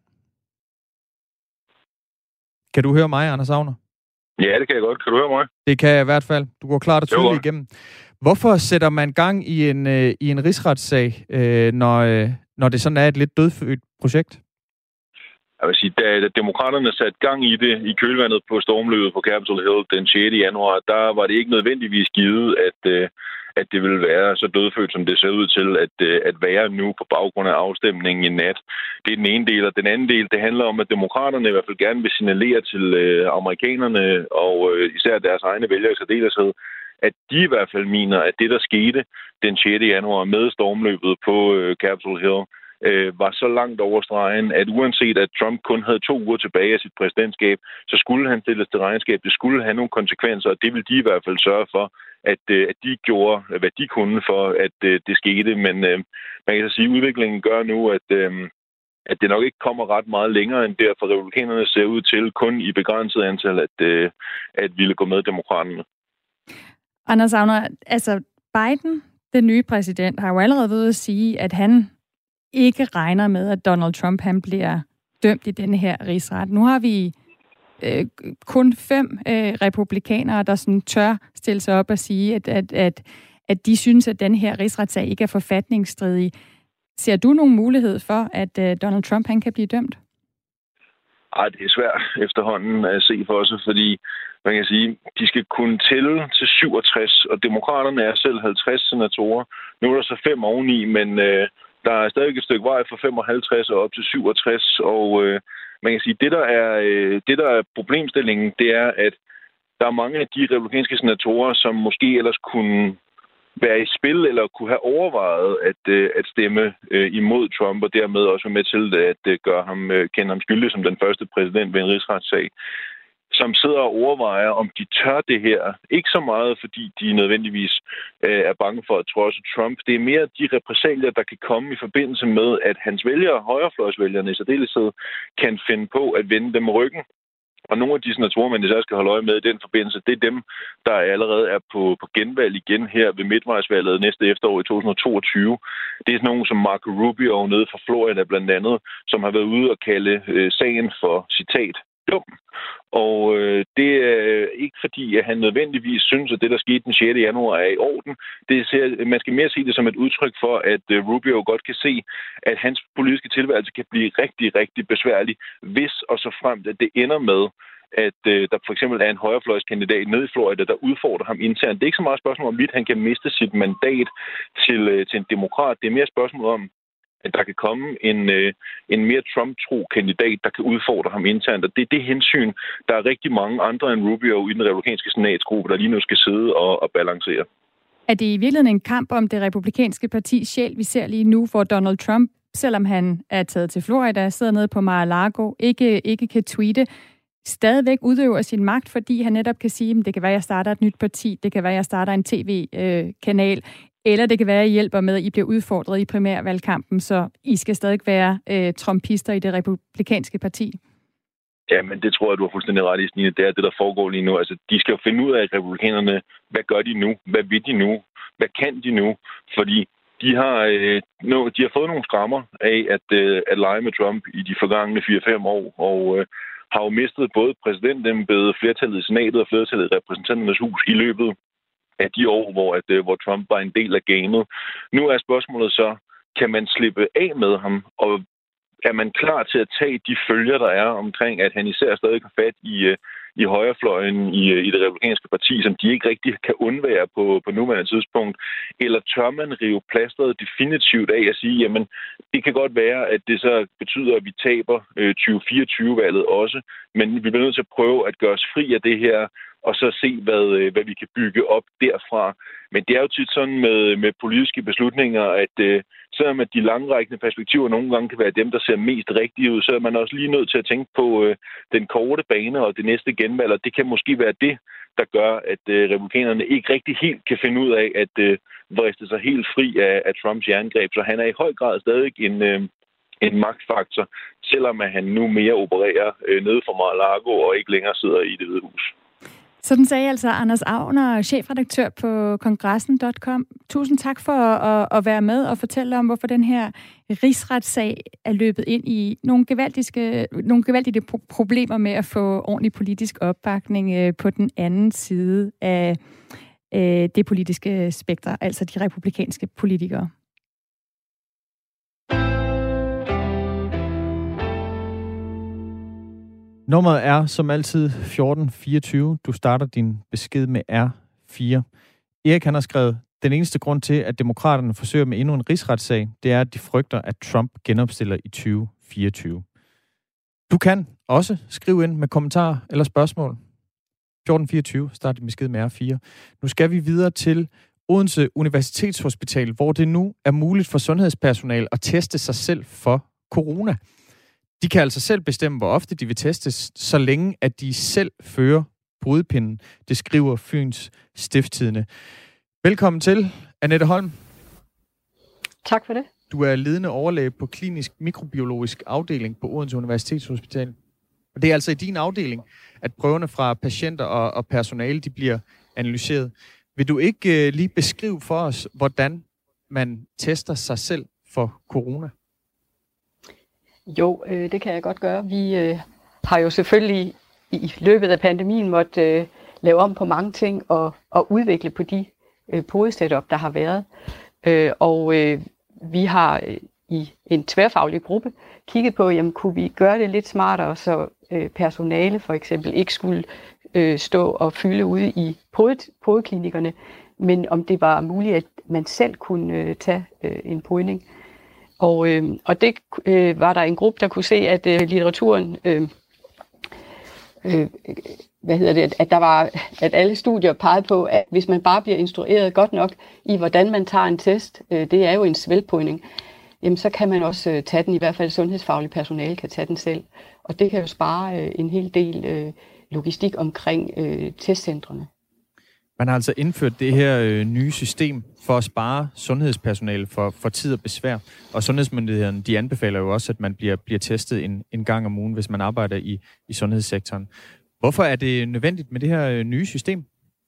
Kan du høre mig, Anders Agner?
Ja, det kan jeg godt. Kan du høre mig?
Det kan jeg i hvert fald. Du går klart og tydeligt igennem. Hvorfor sætter man gang i en, øh, i en rigsretssag, øh, når, øh, når det sådan er et lidt dødfødt projekt?
jeg vil sige, da, da demokraterne satte gang i det i kølvandet på stormløbet på Capitol Hill den sjette januar, der var det ikke nødvendigvis givet, at, at det ville være så dødfødt, som det ser ud til at, at være nu på baggrund af afstemningen i nat. Det er den ene del, og den anden del, det handler om, at demokraterne i hvert fald gerne vil signalere til amerikanerne og især deres egne vælgere i særdeleshed, at de i hvert fald mener, at det, der skete den sjette januar med stormløbet på Capitol Hill, var så langt over stregen, at uanset at Trump kun havde to uger tilbage af sit præsidentskab, så skulle han stilles til regnskab. Det skulle have nogle konsekvenser, og det vil de i hvert fald sørge for, at, at de gjorde, hvad de kunne for, at det skete. Men man kan så sige, at udviklingen gør nu, at, at det nok ikke kommer ret meget længere end derfor. Republikanerne ser ud til kun i begrænset antal at, at ville gå med demokraterne.
Anders Agner, altså Biden, den nye præsident, har jo allerede ved at sige, at han ikke regner med, at Donald Trump han bliver dømt i denne her rigsret. Nu har vi øh, kun fem øh, republikanere, der sådan tør stille sig op og sige, at, at, at, at de synes, at den her rigsretssag ikke er forfatningsstridig. Ser du nogen mulighed for, at øh, Donald Trump han kan blive dømt?
Ej, det er svært efterhånden at se for sig, fordi man kan sige, de skal kunne tælle til syvogtres, og demokraterne er selv halvtreds senatorer. Nu er der så fem oveni, men øh, der er stadig et stykke vej fra femoghalvtreds og op til syvogtres, og øh, man kan sige, det der er øh, det der er problemstillingen, det er, at der er mange af de republikanske senatorer, som måske ellers kunne være i spil eller kunne have overvejet at, øh, at stemme øh, imod Trump, og dermed også være med til at øh, gøre ham, øh, kende ham skyldig som den første præsident ved en rigsretssag, som sidder og overvejer, om de tør det her. Ikke så meget, fordi de nødvendigvis øh, er bange for at trodse Trump. Det er mere de repressalier, der kan komme i forbindelse med, at hans vælgere, højrefløjsvælgerne i særdeleshed, kan finde på at vende dem ryggen. Og nogle af de senatorer, man især skal holde øje med i den forbindelse, det er dem, der allerede er på, på genvalg igen her ved midtvejsvalget næste efterår i to tusind og toogtyve. Det er sådan nogen som Marco Rubio nede fra Florida blandt andet, som har været ude og kalde øh, sagen for, citat, dum. Og øh, det er ikke fordi, at han nødvendigvis synes, at det, der skete den sjette januar, er i orden. Det ser, man skal mere se det som et udtryk for, at øh, Rubio godt kan se, at hans politiske tilværelse kan blive rigtig, rigtig besværlig, hvis og så fremt, at det ender med, at øh, der for eksempel er en højrefløjskandidat nede i Florida, der udfordrer ham internt. Det er ikke så meget spørgsmål om, at han kan miste sit mandat til, øh, til en demokrat. Det er mere spørgsmål om, at der kan komme en, øh, en mere Trump-tro kandidat, der kan udfordre ham internt. Og det er det hensyn, der er rigtig mange andre end Rubio i den republikanske senatsgruppe, der lige nu skal sidde og, og balancere.
Er det i virkeligheden en kamp om det republikanske partis sjæl, vi ser lige nu, hvor Donald Trump, selvom han er taget til Florida, sidder nede på Mar-a-Lago, ikke, ikke kan tweete, stadigvæk udøver sin magt, fordi han netop kan sige, at det kan være, at jeg starter et nyt parti, det kan være, at jeg starter en tv-kanal, eller det kan være, at I hjælper med, at I bliver udfordret i primærvalgkampen, så I skal stadig være øh, trumpister i det republikanske parti.
Ja, men det tror jeg, du har fuldstændig ret i, Stine. Det er det, der foregår lige nu. Altså, de skal jo finde ud af, republikanerne, hvad gør de nu? Hvad vil de nu? Hvad kan de nu? Fordi de har, øh, no, de har fået nogle skrammer af at, øh, at lege med Trump i de forgangne fire fem år, og øh, har jo mistet både præsidentembedet, flertallet i senatet og flertallet i repræsentanternes hus i løbet af de år, hvor, at, hvor Trump var en del af gamet. Nu er spørgsmålet så, kan man slippe af med ham, og er man klar til at tage de følger, der er omkring, at han især stadig har fat i, i højrefløjen i, i det republikanske parti, som de ikke rigtig kan undvære på, på nuværende tidspunkt? Eller tør man rive plasteret definitivt af og sige, jamen, det kan godt være, at det så betyder, at vi taber øh, tyve fireogtyve-valget også, men vi bliver nødt til at prøve at gøre os fri af det her, og så se, hvad, hvad vi kan bygge op derfra. Men det er jo tit sådan med, med politiske beslutninger, at øh, selvom at de langrækkende perspektiver nogle gange kan være dem, der ser mest rigtige ud, så er man også lige nødt til at tænke på øh, den korte bane og det næste genvalg, og det kan måske være det, der gør, at øh, republikanerne ikke rigtig helt kan finde ud af at øh, vriste sig helt fri af, af Trumps jerngreb. Så han er i høj grad stadig en... Øh, en magtfaktor, selvom at han nu mere opererer øh, nede fra Mar-a-Lago og ikke længere sidder i Det Hvide Hus.
Sådan sagde altså Anders Agner, chefredaktør på kongressen punktum com. Tusind tak for at, at være med og fortælle om, hvorfor den her rigsretssag er løbet ind i nogle gevaldige, nogle gevaldige problemer med at få ordentlig politisk opbakning på den anden side af det politiske spekter, altså de republikanske politikere.
Nummeret er som altid fjorten fireogtyve. Du starter din besked med R fire. Erik han har skrevet, den eneste grund til, at demokraterne forsøger med endnu en rigsretssag, det er, at de frygter, at Trump genopstiller i tyve fireogtyve. Du kan også skrive ind med kommentarer eller spørgsmål. fjorten fireogtyve, start din besked med R fire. Nu skal vi videre til Odense Universitetshospital, hvor det nu er muligt for sundhedspersonale at teste sig selv for corona. De kan altså selv bestemme, hvor ofte de vil testes, så længe at de selv fører på hovedpinden. Det skriver Fyns Stiftstidende. Velkommen til, Annette Holm.
Tak for det.
Du er ledende overlæge på klinisk mikrobiologisk afdeling på Odense Universitetshospital. Og det er altså i din afdeling, at prøverne fra patienter og, og personale de bliver analyseret. Vil du ikke uh, lige beskrive for os, hvordan man tester sig selv for corona?
Jo, øh, det kan jeg godt gøre. Vi øh, har jo selvfølgelig i løbet af pandemien måtte øh, lave om på mange ting og, og udvikle på de øh, podesetup, der har været. Øh, og øh, vi har øh, i en tværfaglig gruppe kigget på, jamen kunne vi gøre det lidt smartere, så øh, personale for eksempel ikke skulle øh, stå og fylde ude i podet, podeklinikkerne, men om det var muligt, at man selv kunne øh, tage øh, en podning. Og, øh, og det øh, var der en gruppe, der kunne se, at øh, litteraturen, øh, øh, hvad hedder det, at der var, at alle studier pegede på, at hvis man bare bliver instrueret godt nok i, hvordan man tager en test, øh, det er jo en svælgpodning, jamen så kan man også øh, tage den, i hvert fald sundhedsfaglig personale kan tage den selv. Og det kan jo spare øh, en hel del øh, logistik omkring øh, testcentrene.
Man har altså indført det her øh, nye system for at spare sundhedspersonale for, for tid og besvær. Og sundhedsmyndighederne, de anbefaler jo også, at man bliver, bliver testet en, en gang om ugen, hvis man arbejder i, i sundhedssektoren. Hvorfor er det nødvendigt med det her øh, nye system?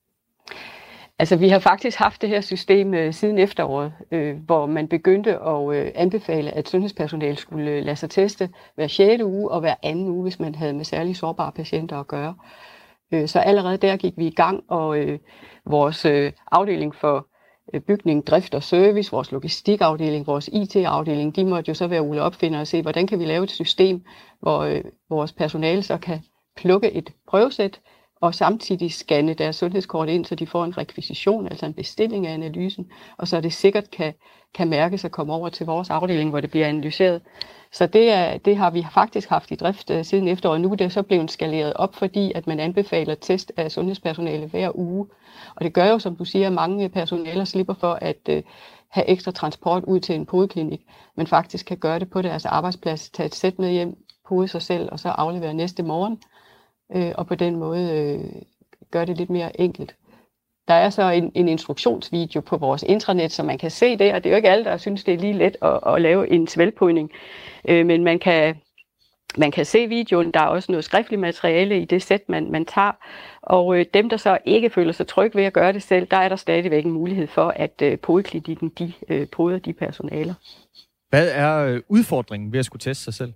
Altså, vi har faktisk haft det her system øh, siden efteråret, øh, hvor man begyndte at øh, anbefale, at sundhedspersonale skulle øh, lade sig teste hver sjette uge og hver anden uge, hvis man havde med særligt sårbare patienter at gøre. Så allerede der gik vi i gang, og øh, vores øh, afdeling for øh, bygning, drift og service, vores logistikafdeling, vores I T-afdeling, de måtte jo så være Ole opfinder og se, hvordan kan vi lave et system, hvor øh, vores personale så kan plukke et prøvesæt og samtidig scanne deres sundhedskort ind, så de får en rekvisition, altså en bestilling af analysen, og så det sikkert kan, kan mærkes at komme over til vores afdeling, hvor det bliver analyseret. Så det, er, det har vi faktisk haft i drift uh, siden efteråret. Nu er det så blevet skaleret op, fordi at man anbefaler test af sundhedspersonale hver uge. Og det gør jo, som du siger, at mange personaler slipper for at uh, have ekstra transport ud til en podeklinik, men faktisk kan gøre det på deres arbejdsplads, tage et sæt med hjem, pode sig selv og så aflevere næste morgen. Uh, og på den måde uh, gør det lidt mere enkelt. Der er så en, en instruktionsvideo på vores intranet, så man kan se det, og det er jo ikke alle, der synes, det er lige let at, at lave en svælgpodning. Øh, men man kan, man kan se videoen, der er også noget skriftligt materiale i det sæt, man, man tager. Og øh, dem, der så ikke føler sig trygge ved at gøre det selv, der er der stadigvæk en mulighed for, at øh, podeklinikken de øh, poder de personaler.
Hvad er udfordringen ved at skulle teste sig selv?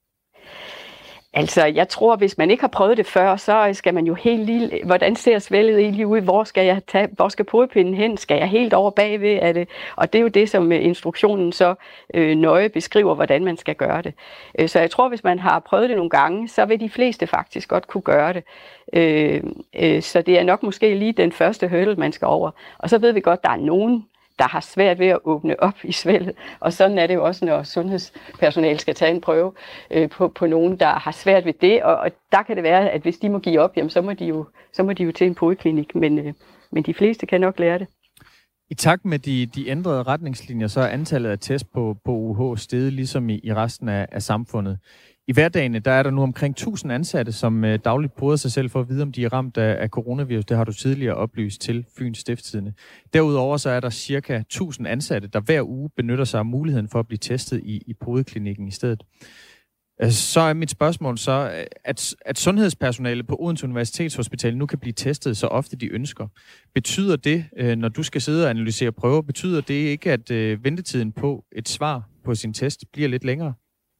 Altså, jeg tror, hvis man ikke har prøvet det før, så skal man jo helt lige, hvordan ser svælget egentlig ud? Hvor skal jeg tage, hvor skal podepinden hen? Skal jeg helt over bagved af det? Og det er jo det, som instruktionen så øh, nøje beskriver, hvordan man skal gøre det. Så jeg tror, hvis man har prøvet det nogle gange, så vil de fleste faktisk godt kunne gøre det. Øh, øh, så det er nok måske lige den første hurdle, man skal over. Og så ved vi godt, der er nogen, der har svært ved at åbne op i svælget. Og sådan er det jo også, når sundhedspersonale skal tage en prøve øh, på, på nogen, der har svært ved det. Og, og der kan det være, at hvis de må give op, jamen, så, må de jo, så må de jo til en podeklinik. Men, øh, men de fleste kan nok lære det.
I takt med de, de ændrede retningslinjer, så er antallet af test på, på U H steget ligesom i, i resten af, af samfundet. I hverdagen, der er der nu omkring tusind ansatte, som øh, dagligt poder sig selv for at vide, om de er ramt af, af coronavirus. Det har du tidligere oplyst til Fyns Stiftstidende. Derudover så er der cirka tusind ansatte, der hver uge benytter sig af muligheden for at blive testet i, i podeklinikken i stedet. Så er mit spørgsmål så, at, at sundhedspersonale på Odense Universitetshospital nu kan blive testet så ofte de ønsker. Betyder det, når du skal sidde og analysere prøver, betyder det ikke, at ventetiden på et svar på sin test bliver lidt længere?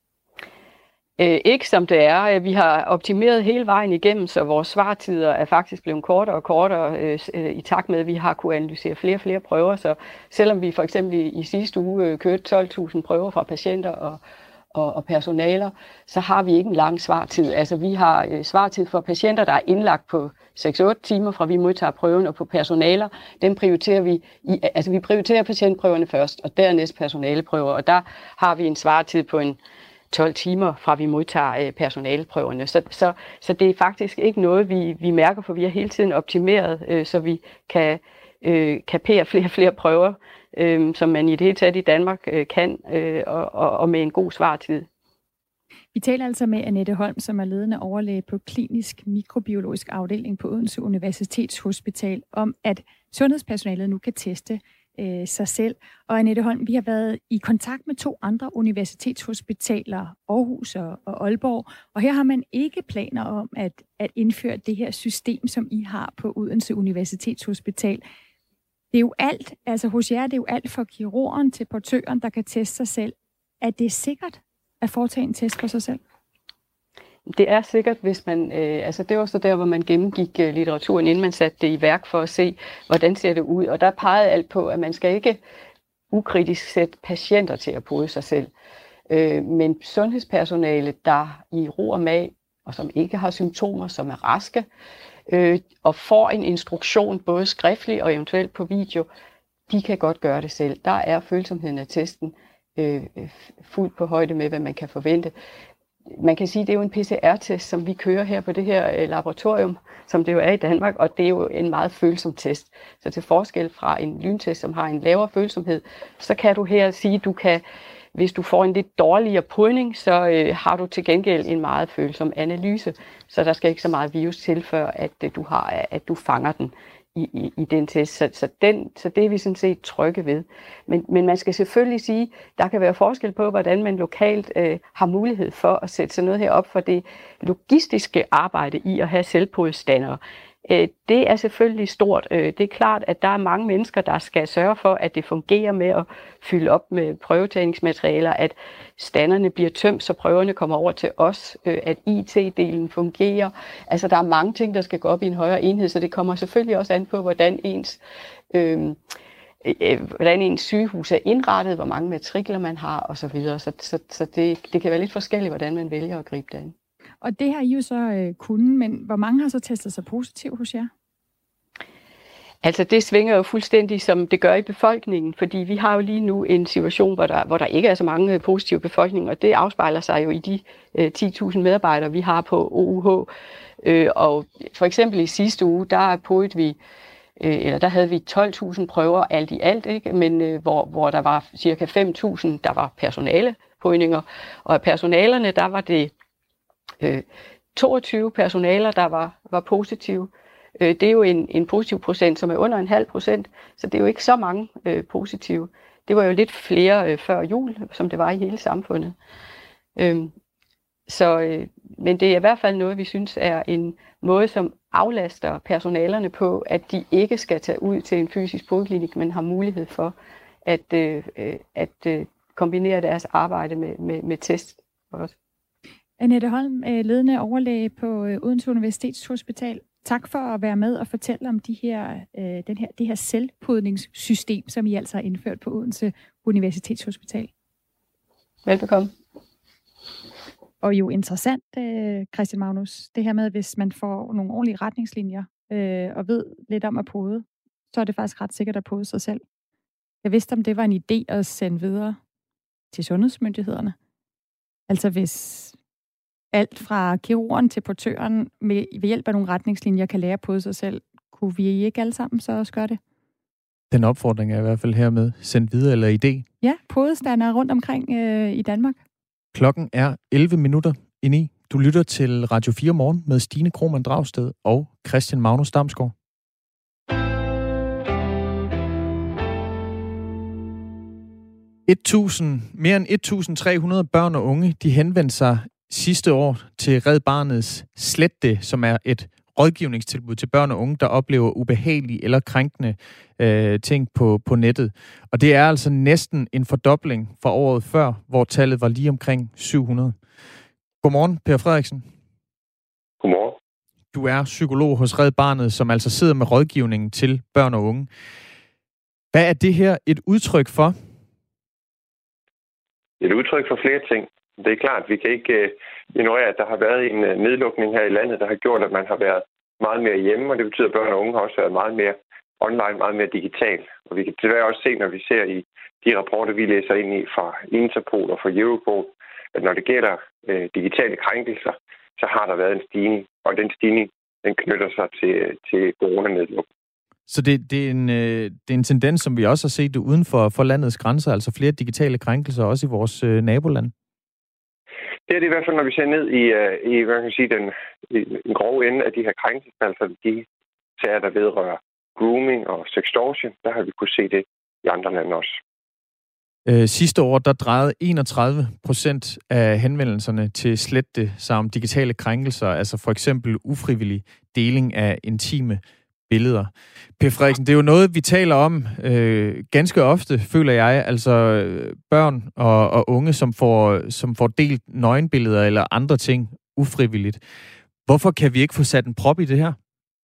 Øh, ikke som det er. Vi har optimeret hele vejen igennem, så vores svartider er faktisk blevet kortere og kortere øh, i takt med, at vi har kunnet analysere flere og flere prøver. Så selvom vi for eksempel i, i sidste uge øh, kørte tolv tusind prøver fra patienter og, og, og personaler, så har vi ikke en lang svartid. Altså vi har øh, svartid for patienter, der er indlagt på seks otte timer, fra vi modtager prøven, og på personaler, dem prioriterer vi, i, altså vi prioriterer patientprøverne først, og dernæst personaleprøver, og der har vi en svartid på en tolv timer, fra vi modtager øh, personaleprøverne. Så, så, så det er faktisk ikke noget, vi, vi mærker, for vi har hele tiden optimeret, øh, så vi kan øh, kapere flere og flere prøver, øh, som man i det hele taget i Danmark øh, kan, øh, og, og, og med en god svartid.
Vi taler altså med Annette Holm, som er ledende overlæge på klinisk mikrobiologisk afdeling på Odense Universitetshospital, om at sundhedspersonalet nu kan teste øh, sig selv. Og Annette Holm, vi har været i kontakt med to andre universitetshospitaler, Aarhus og, og Aalborg, og her har man ikke planer om at, at indføre det her system, som I har på Odense Universitetshospital. Det er jo alt, altså hos jer, det er jo alt fra kirurgen til portøren, der kan teste sig selv. Er det sikkert at foretage en test på sig selv?
Det er sikkert, hvis man, øh, altså det var så der, hvor man gennemgik øh, litteraturen, inden man satte det i værk for at se, hvordan ser det ud. Og der pegede alt på, at man skal ikke ukritisk sætte patienter til at pode sig selv. Øh, men sundhedspersonale, der i ro og mag, og som ikke har symptomer, som er raske, øh, og får en instruktion, både skriftlig og eventuelt på video, de kan godt gøre det selv. Der er følsomheden af testen øh, fuldt på højde med, hvad man kan forvente. Man kan sige, at det er jo en P C R-test, som vi kører her på det her laboratorium, som det jo er i Danmark, og det er jo en meget følsom test. Så til forskel fra en lyntest, som har en lavere følsomhed, så kan du her sige, at du kan, hvis du får en lidt dårligere podning, så øh, har du til gengæld en meget følsom analyse. Så der skal ikke så meget virus til, før at, øh, du, har, at du fanger den i, i, i den test. Så, så, den, så det er vi sådan set trygge ved. Men, men man skal selvfølgelig sige, der kan være forskel på, hvordan man lokalt øh, har mulighed for at sætte sådan noget her op, for det logistiske arbejde i at have selvpodestandere. Øh, det er selvfølgelig stort. Øh, det er klart, at der er mange mennesker, der skal sørge for, at det fungerer med at fylde op med prøvetagningsmaterialer, at standerne bliver tømt, så prøverne kommer over til os, øh, at I T-delen fungerer. Altså, der er mange ting, der skal gå op i en højere enhed, så det kommer selvfølgelig også an på, hvordan ens, øh, øh, hvordan ens sygehus er indrettet, hvor mange matrikler man har osv. Så, så, så det, det kan være lidt forskelligt, hvordan man vælger at gribe det an.
Og det har I jo så øh, kunnet, men hvor mange har så testet sig positivt hos jer?
Altså det svinger jo fuldstændig, som det gør i befolkningen, fordi vi har jo lige nu en situation, hvor der, hvor der ikke er så mange positive befolkninger, og det afspejler sig jo i de øh, ti tusind medarbejdere, vi har på O U H. Øh, og for eksempel i sidste uge, der podede vi, øh, eller der havde vi tolv tusind prøver alt i alt, ikke? Men øh, hvor, hvor der var cirka fem tusind, der var personalepodninger, og af personalerne, der var det Øh, toogtyve personaler, der var, var positive. Øh, det er jo en, en positiv procent, som er under en halv procent, så det er jo ikke så mange øh, positive. Det var jo lidt flere øh, før jul, som det var i hele samfundet. Øh, så, øh, men det er i hvert fald noget, vi synes er en måde, som aflaster personalerne på, at de ikke skal tage ud til en fysisk podklinik, men har mulighed for at, øh, at øh, kombinere deres arbejde med, med, med test også.
Annette Holm, ledende overlæge på Odense Universitetshospital. Tak for at være med og fortælle om de her, den her, det her selvpodningssystem, som I altså har indført på Odense Universitetshospital.
Velbekomme.
Og jo interessant, Christian Magnus, det her med, hvis man får nogle ordentlige retningslinjer og ved lidt om at pode, så er det faktisk ret sikkert at pode sig selv. Jeg vidste, om det var en idé at sende videre til sundhedsmyndighederne. Altså hvis alt fra kirurgen til portøren med, ved hjælp af nogle retningslinjer kan lære på sig selv. Kunne vi ikke alle sammen så også gøre det?
Den opfordring er i hvert fald hermed sendt videre, eller idé.
Ja, podestandere rundt omkring øh, i Danmark.
Klokken er elleve minutter i ni. Du lytter til Radio fire Morgen med Stine Krohmann Dragsted og Christian Magnus Damsgaard. tusind, mere end et tusind tre hundrede børn og unge, de henvendte sig sidste år til Red Barnets Slet Det, som er et rådgivningstilbud til børn og unge, der oplever ubehagelige eller krænkende øh, ting på, på nettet. Og det er altså næsten en fordobling fra året før, hvor tallet var lige omkring syv hundrede. Godmorgen, Per Frederiksen.
Godmorgen.
Du er psykolog hos Red Barnet, som altså sidder med rådgivningen til børn og unge. Hvad er det her et udtryk for?
Et udtryk for flere ting. Det er klart, at vi kan ikke uh, ignorere, at der har været en uh, nedlukning her i landet, der har gjort, at man har været meget mere hjemme, og det betyder, at børn og unge har også været meget mere online, meget mere digital. Og vi kan desværre også se, når vi ser i de rapporter, vi læser ind i fra Interpol og fra Europol, at når det gælder uh, digitale krænkelser, så har der været en stigning, og den stigning, den knytter sig til, til coronanedlukning.
Så det, det, er en, det er en tendens, som vi også har set uden for, for landets grænser, altså flere digitale krænkelser også i vores øh, naboland?
Det er det i hvert fald, når vi ser ned i, i hvad kan man sige, den, i den grove ende af de her krænkelser, altså de sager, der vedrører grooming og sextortion, der har vi kunne se det i andre lande også.
Øh, sidste år, der drejede enogtredive procent af henvendelserne til slette sig om digitale krænkelser, altså for eksempel ufrivillig deling af intime billeder. Per Frederiksen, det er jo noget, vi taler om øh, ganske ofte, føler jeg, altså børn og, og unge, som får, som får delt nøgenbilleder eller andre ting ufrivilligt. Hvorfor kan vi ikke få sat en prop i det her?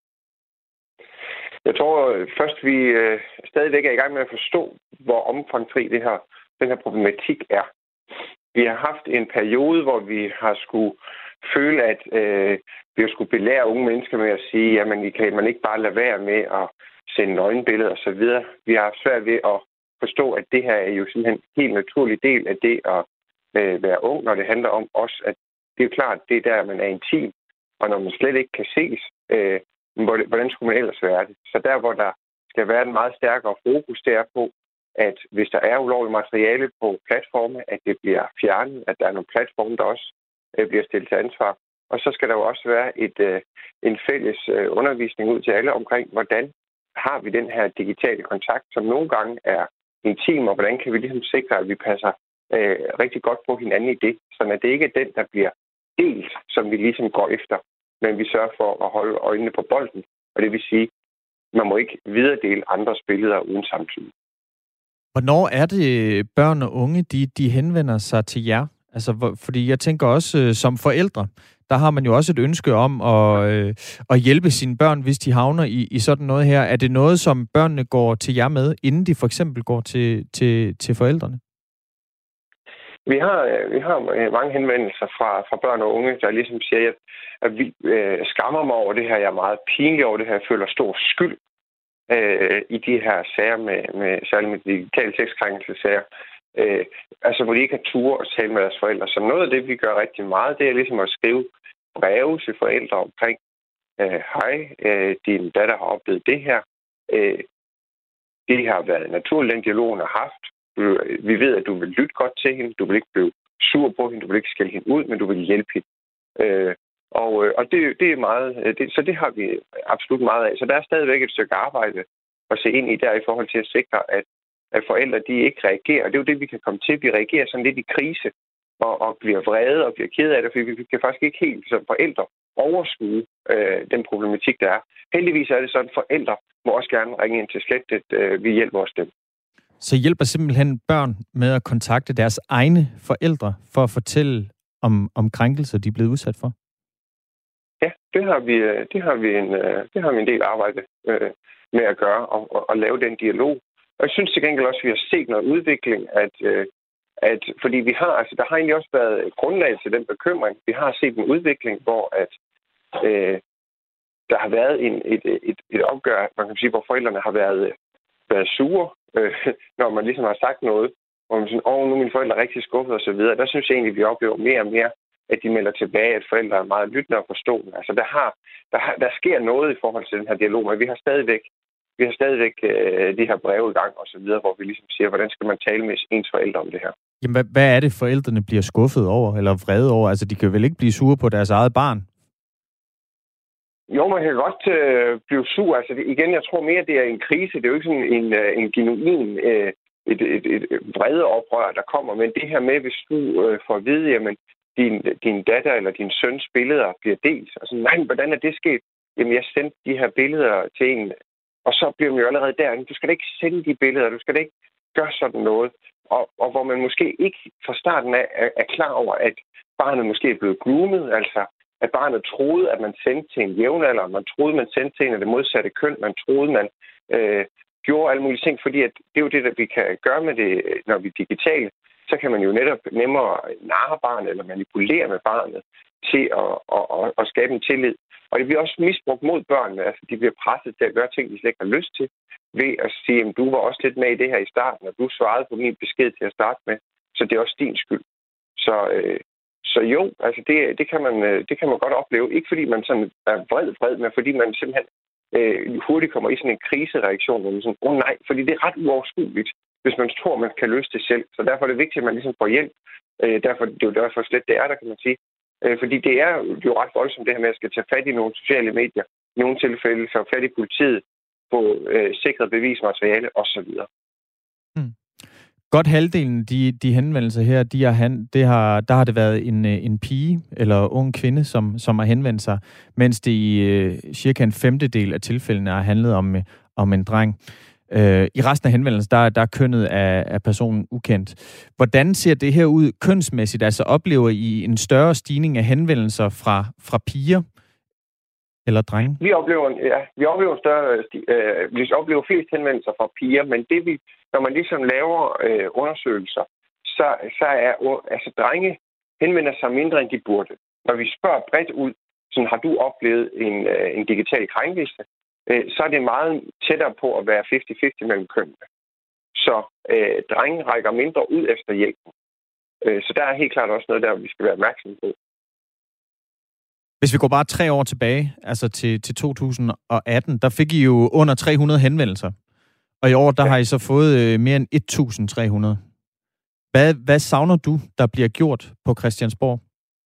Jeg tror først, vi øh, stadigvæk er i gang med at forstå, hvor omfangsrig det her, den her problematik er. Vi har haft en periode, hvor vi har skulle føle, at øh, vi har skulle belære unge mennesker med at sige, jamen, I kan man ikke bare lade være med at sende nøgenbilleder og så videre. Vi har svært ved at forstå, at det her er jo simpelthen en helt naturlig del af det at øh, være ung, når det handler om os. At det er jo klart, det er der, man er intim, og når man slet ikke kan ses, øh, hvordan skulle man ellers være det? Så der, hvor der skal være en meget stærkere fokus, det er på, at hvis der er ulovligt materiale på platforme, at det bliver fjernet, at der er nogle platforme, der også øh, bliver stillet til ansvar. Og så skal der jo også være et, øh, en fælles øh, undervisning ud til alle omkring, hvordan har vi den her digitale kontakt, som nogle gange er intim, og hvordan kan vi ligesom sikre, at vi passer øh, rigtig godt på hinanden i det, så at det ikke er den, der bliver delt, som vi ligesom går efter, men vi sørger for at holde øjnene på bolden. Og det vil sige, man må ikke videredele andres billeder uden samtykke.
Hvornår er det børn og unge, de, de henvender sig til jer? Altså, hvor, fordi jeg tænker også, øh, som forældre, der har man jo også et ønske om at, øh, at hjælpe sine børn, hvis de havner i, i sådan noget her. Er det noget, som børnene går til jer med, inden de for eksempel går til, til, til forældrene?
Vi har, vi har mange henvendelser fra, fra børn og unge, der ligesom siger, at, at vi øh, skammer mig over det her, jeg er meget pinlig over det her, jeg føler stor skyld øh, i de her sager, med, med, særligt med digitale sexkrænkelsesager. Øh, altså, hvor de ikke har tur og tale med deres forældre. Så noget af det, vi gør rigtig meget, det er ligesom at skrive breve til forældre omkring, øh, hej, øh, din datter har oplevet det her. Øh, det har været naturligt, den dialog, hun har haft. Vi ved, at du vil lytte godt til hende. Du vil ikke blive sur på hende. Du vil ikke skælde hende ud, men du vil hjælpe hende. Øh, og og det, det er meget... Det, så det har vi absolut meget af. Så der er stadigvæk et stykke arbejde at se ind i der i forhold til at sikre, at, at forældre de ikke reagerer. Og det er jo det, vi kan komme til. Vi reagerer sådan lidt i krise og, og bliver vrede og bliver ked af det, fordi vi kan faktisk ikke helt som forældre overskue øh, den problematik, der er. Heldigvis er det sådan, at forældre må også gerne ringe ind til slettet. Øh, vi hjælper os dem.
Så hjælper simpelthen børn med at kontakte deres egne forældre for at fortælle om, om krænkelser, de er blevet udsat for?
Ja, det har vi, det har vi, en, det har vi en del arbejde øh, med at gøre og, og, og lave den dialog. Og jeg synes til gengæld også, at vi har set noget udvikling, at, øh, at fordi vi har, altså der har egentlig også været grundlag til den bekymring. Vi har set en udvikling, hvor at øh, der har været en, et, et, et opgør, man kan sige, hvor forældrene har været, været sure, øh, når man ligesom har sagt noget, hvor man sådan, åh, nu er mine forældre rigtig skuffet og så videre. Der synes jeg egentlig, at vi oplever mere og mere, at de melder tilbage, at forældre er meget lyttende og forstående. Altså, der, har, der, har, der sker noget i forhold til den her dialog, men vi har stadigvæk, vi har stadigvæk øh, de her breve i gang og så videre, hvor vi ligesom siger, hvordan skal man tale med ens forældre om det her.
Jamen, hvad, hvad er det, forældrene bliver skuffet over, eller vrede over? Altså, de kan vel ikke blive sure på deres eget barn?
Jo, man kan godt øh, blive sur. Altså, det, igen, jeg tror mere, det er en krise. Det er jo ikke sådan en, øh, en genuin øh, et, et, et, et vrede oprør, der kommer. Men det her med, hvis du øh, får at vide, jamen, din, din datter eller din søns billeder bliver delt. Altså, nej, hvordan er det sket? Jamen, jeg sendte de her billeder til en, og så bliver man jo allerede der. Du skal da ikke sende de billeder. Du skal da ikke gøre sådan noget. Og, og hvor man måske ikke fra starten af er, er klar over, at barnet måske er blevet groomet, altså at barnet troede, at man sendte til en jævnalder, man troede, man sendte til en af det modsatte køn, man troede, man øh, gjorde alle mulige ting, fordi at det er jo det, der vi kan gøre med det, når vi er digitale. så kan man jo netop nemmere narre barnet eller manipulere med barnet til at, at, at, at skabe en tillid. Og det bliver også misbrugt mod børnene. Altså, de bliver presset til at gøre ting, de slet ikke har lyst til, ved at sige, at du var også lidt med i det her i starten, og du svarede på min besked til at starte med, så det er også din skyld. Så, øh, så jo, altså det, det, kan man, det kan man godt opleve. Ikke fordi man sådan er vred, vred, men fordi man simpelthen øh, hurtigt kommer i sådan en krisereaktion, hvor man sådan, åh oh, nej, fordi det er ret uoverskueligt, hvis man tror, man kan løse det selv. Så derfor er det vigtigt, at man ligesom får hjælp. Øh, derfor, det er jo derfor slet det er der, kan man sige. Øh, fordi det er jo ret voldsomt, det her med, at jeg skal tage fat i nogle sociale medier. I nogle tilfælde så fat i politiet på øh, sikret bevismateriale osv.
Hmm. Godt halvdelen de, de henvendelser her, de har, det har, der har det været en, en pige eller ung kvinde, som, som har henvendt sig, mens det i øh, cirka en femtedel af tilfældene har handlet om, om en dreng. Øh, I resten af henvendelsen, der, der er kønnet af, af personen ukendt. Hvordan ser det her ud kønsmæssigt? Altså oplever I en større stigning af henvendelser fra, fra piger eller drenge?
Vi oplever, ja, vi oplever større, øh, vi oplever flest henvendelser fra piger, men det vi, når man ligesom laver øh, undersøgelser, så, så er altså drenge henvender sig mindre, end de burde. Når vi spørger bredt ud, sådan har du oplevet en, øh, en digital krænkelse, øh, så er det meget tættere på at være halvtreds halvtreds mellem kønnene. Så øh, drenge rækker mindre ud efter hjælpen. Øh, så der er helt klart også noget der, vi skal være opmærksomme på.
Hvis vi går bare tre år tilbage, altså til, til to tusind og atten, der fik I jo under tre hundrede henvendelser. Og i år, der ja. har I så fået øh, mere end et tusind tre hundrede. Hvad, hvad savner du, der bliver gjort på Christiansborg?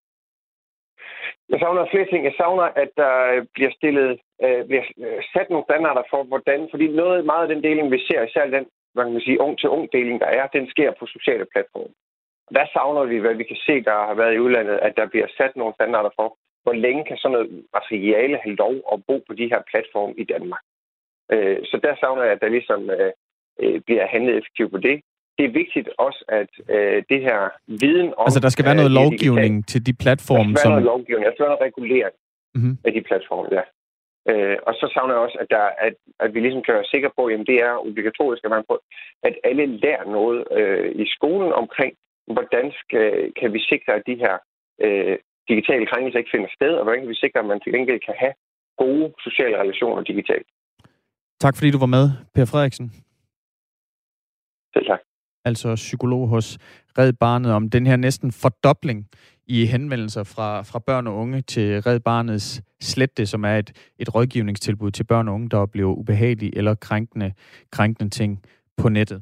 Jeg savner flere ting. Jeg savner, at der bliver stillet, øh, bliver sat nogle standarder for, hvordan, fordi noget meget af den deling, vi ser, især den, hvad kan man sige, ung-til-ung deling, der er, den sker på sociale platforme. Og der savner vi, hvad vi kan se, der har været i udlandet, at der bliver sat nogle standarder for, hvor længe kan sådan noget materiale have lov at bo på de her platforme i Danmark. Øh, så der savner jeg, at der ligesom øh, bliver handlet effektivt på det. Det er vigtigt også, at øh, det her viden om... Altså,
der skal være noget øh, lovgivning digital, til de platforme,
som... Der skal være
som...
noget lovgivning. Der skal være noget regulering mm-hmm. af de platforme, ja. Øh, og så savner jeg også, at, der, at, at vi ligesom kan være sikre på, at det er obligatorisk, at, man på, at alle lærer noget øh, i skolen omkring, hvordan skal, kan vi sikre, at de her øh, digitale krænkelser ikke finder sted, og hvordan kan vi sikre, at man til gengæld kan have gode sociale relationer digitalt.
Tak fordi du var med, Per Frederiksen.
Selv tak.
Altså psykolog hos Red Barnet, om den her næsten fordobling i henvendelser fra, fra børn og unge til Red Barnets Slet Det, som er et, et rådgivningstilbud til børn og unge, der oplever ubehagelige eller krænkende, krænkende ting på nettet.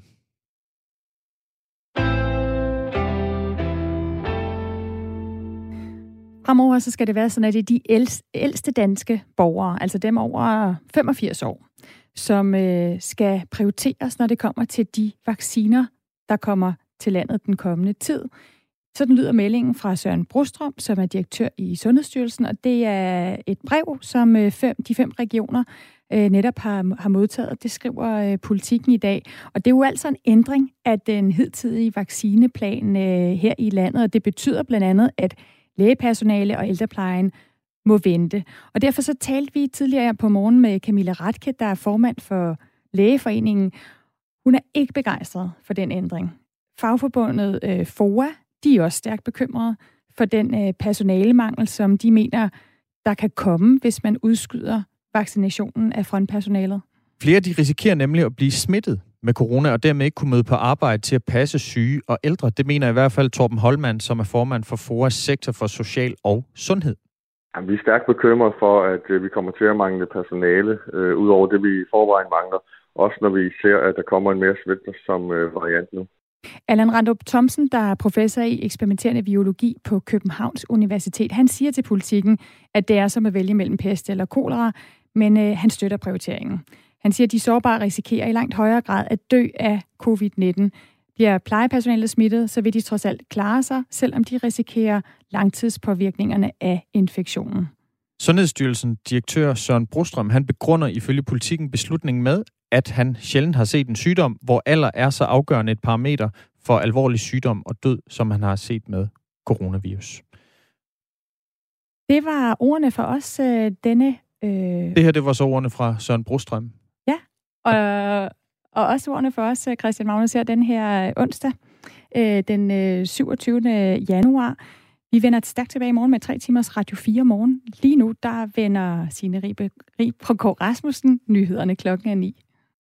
Fremover så skal det være sådan, at det er de ældste danske borgere, altså dem over femogfirs år, som øh, skal prioriteres, når det kommer til de vacciner, der kommer til landet den kommende tid. Sådan lyder meldingen fra Søren Brostrøm, som er direktør i Sundhedsstyrelsen, og det er et brev, som øh, fem, de fem regioner øh, netop har, har modtaget. Det skriver øh, Politikken i dag. Og det er jo altså en ændring af den hidtidige vaccineplan øh, her i landet, og det betyder blandt andet, at lægepersonale og ældreplejen må vente. Og derfor så talte vi tidligere på morgen med Camilla Ratke, der er formand for Lægeforeningen. Hun er ikke begejstret for den ændring. Fagforbundet øh, F O A, de er også stærkt bekymrede for den øh, personalemangel, som de mener, der kan komme, hvis man udskyder vaccinationen af frontpersonalet.
Flere de risikerer nemlig at blive smittet med corona, og dermed ikke kunne møde på arbejde til at passe syge og ældre. Det mener i hvert fald Torben Holmann, som er formand for F O A's sektor for social og sundhed.
Jamen, vi er stærkt bekymrede for, at øh, vi kommer til at mangle personale, øh, ud over det, vi i forvejen mangler. Også når vi ser, at der kommer en mere smitsom øh, variant nu.
Allan Randrup Thomsen, der er professor i eksperimenterende biologi på Københavns Universitet, han siger til Politikken, at det er som at vælge mellem pest eller kolera, men øh, han støtter prioriteringen. Han siger, at de sårbare risikerer i langt højere grad at dø af covid nitten. Bliver plejepersonalet smittet, så vil de trods alt klare sig, selvom de risikerer langtidspåvirkningerne af infektionen.
Sundhedsstyrelsen direktør Søren Brostrøm, han begrunder ifølge Politikken beslutningen med, at han sjældent har set en sygdom, hvor alder er så afgørende et parameter for alvorlig sygdom og død, som han har set med coronavirus.
Det var ordene for os øh, denne... Øh...
Det her, det var så ordene fra Søren Brostrøm.
Ja, og, og også ordene for os, Christian Magnus, her den her onsdag. øh, den øh, syvogtyvende januar. Vi vender stærkt tilbage i morgen med tre timers Radio fire morgen. Lige nu, der vender Signe Ribe Rib Rasmussen nyhederne klokken er ni.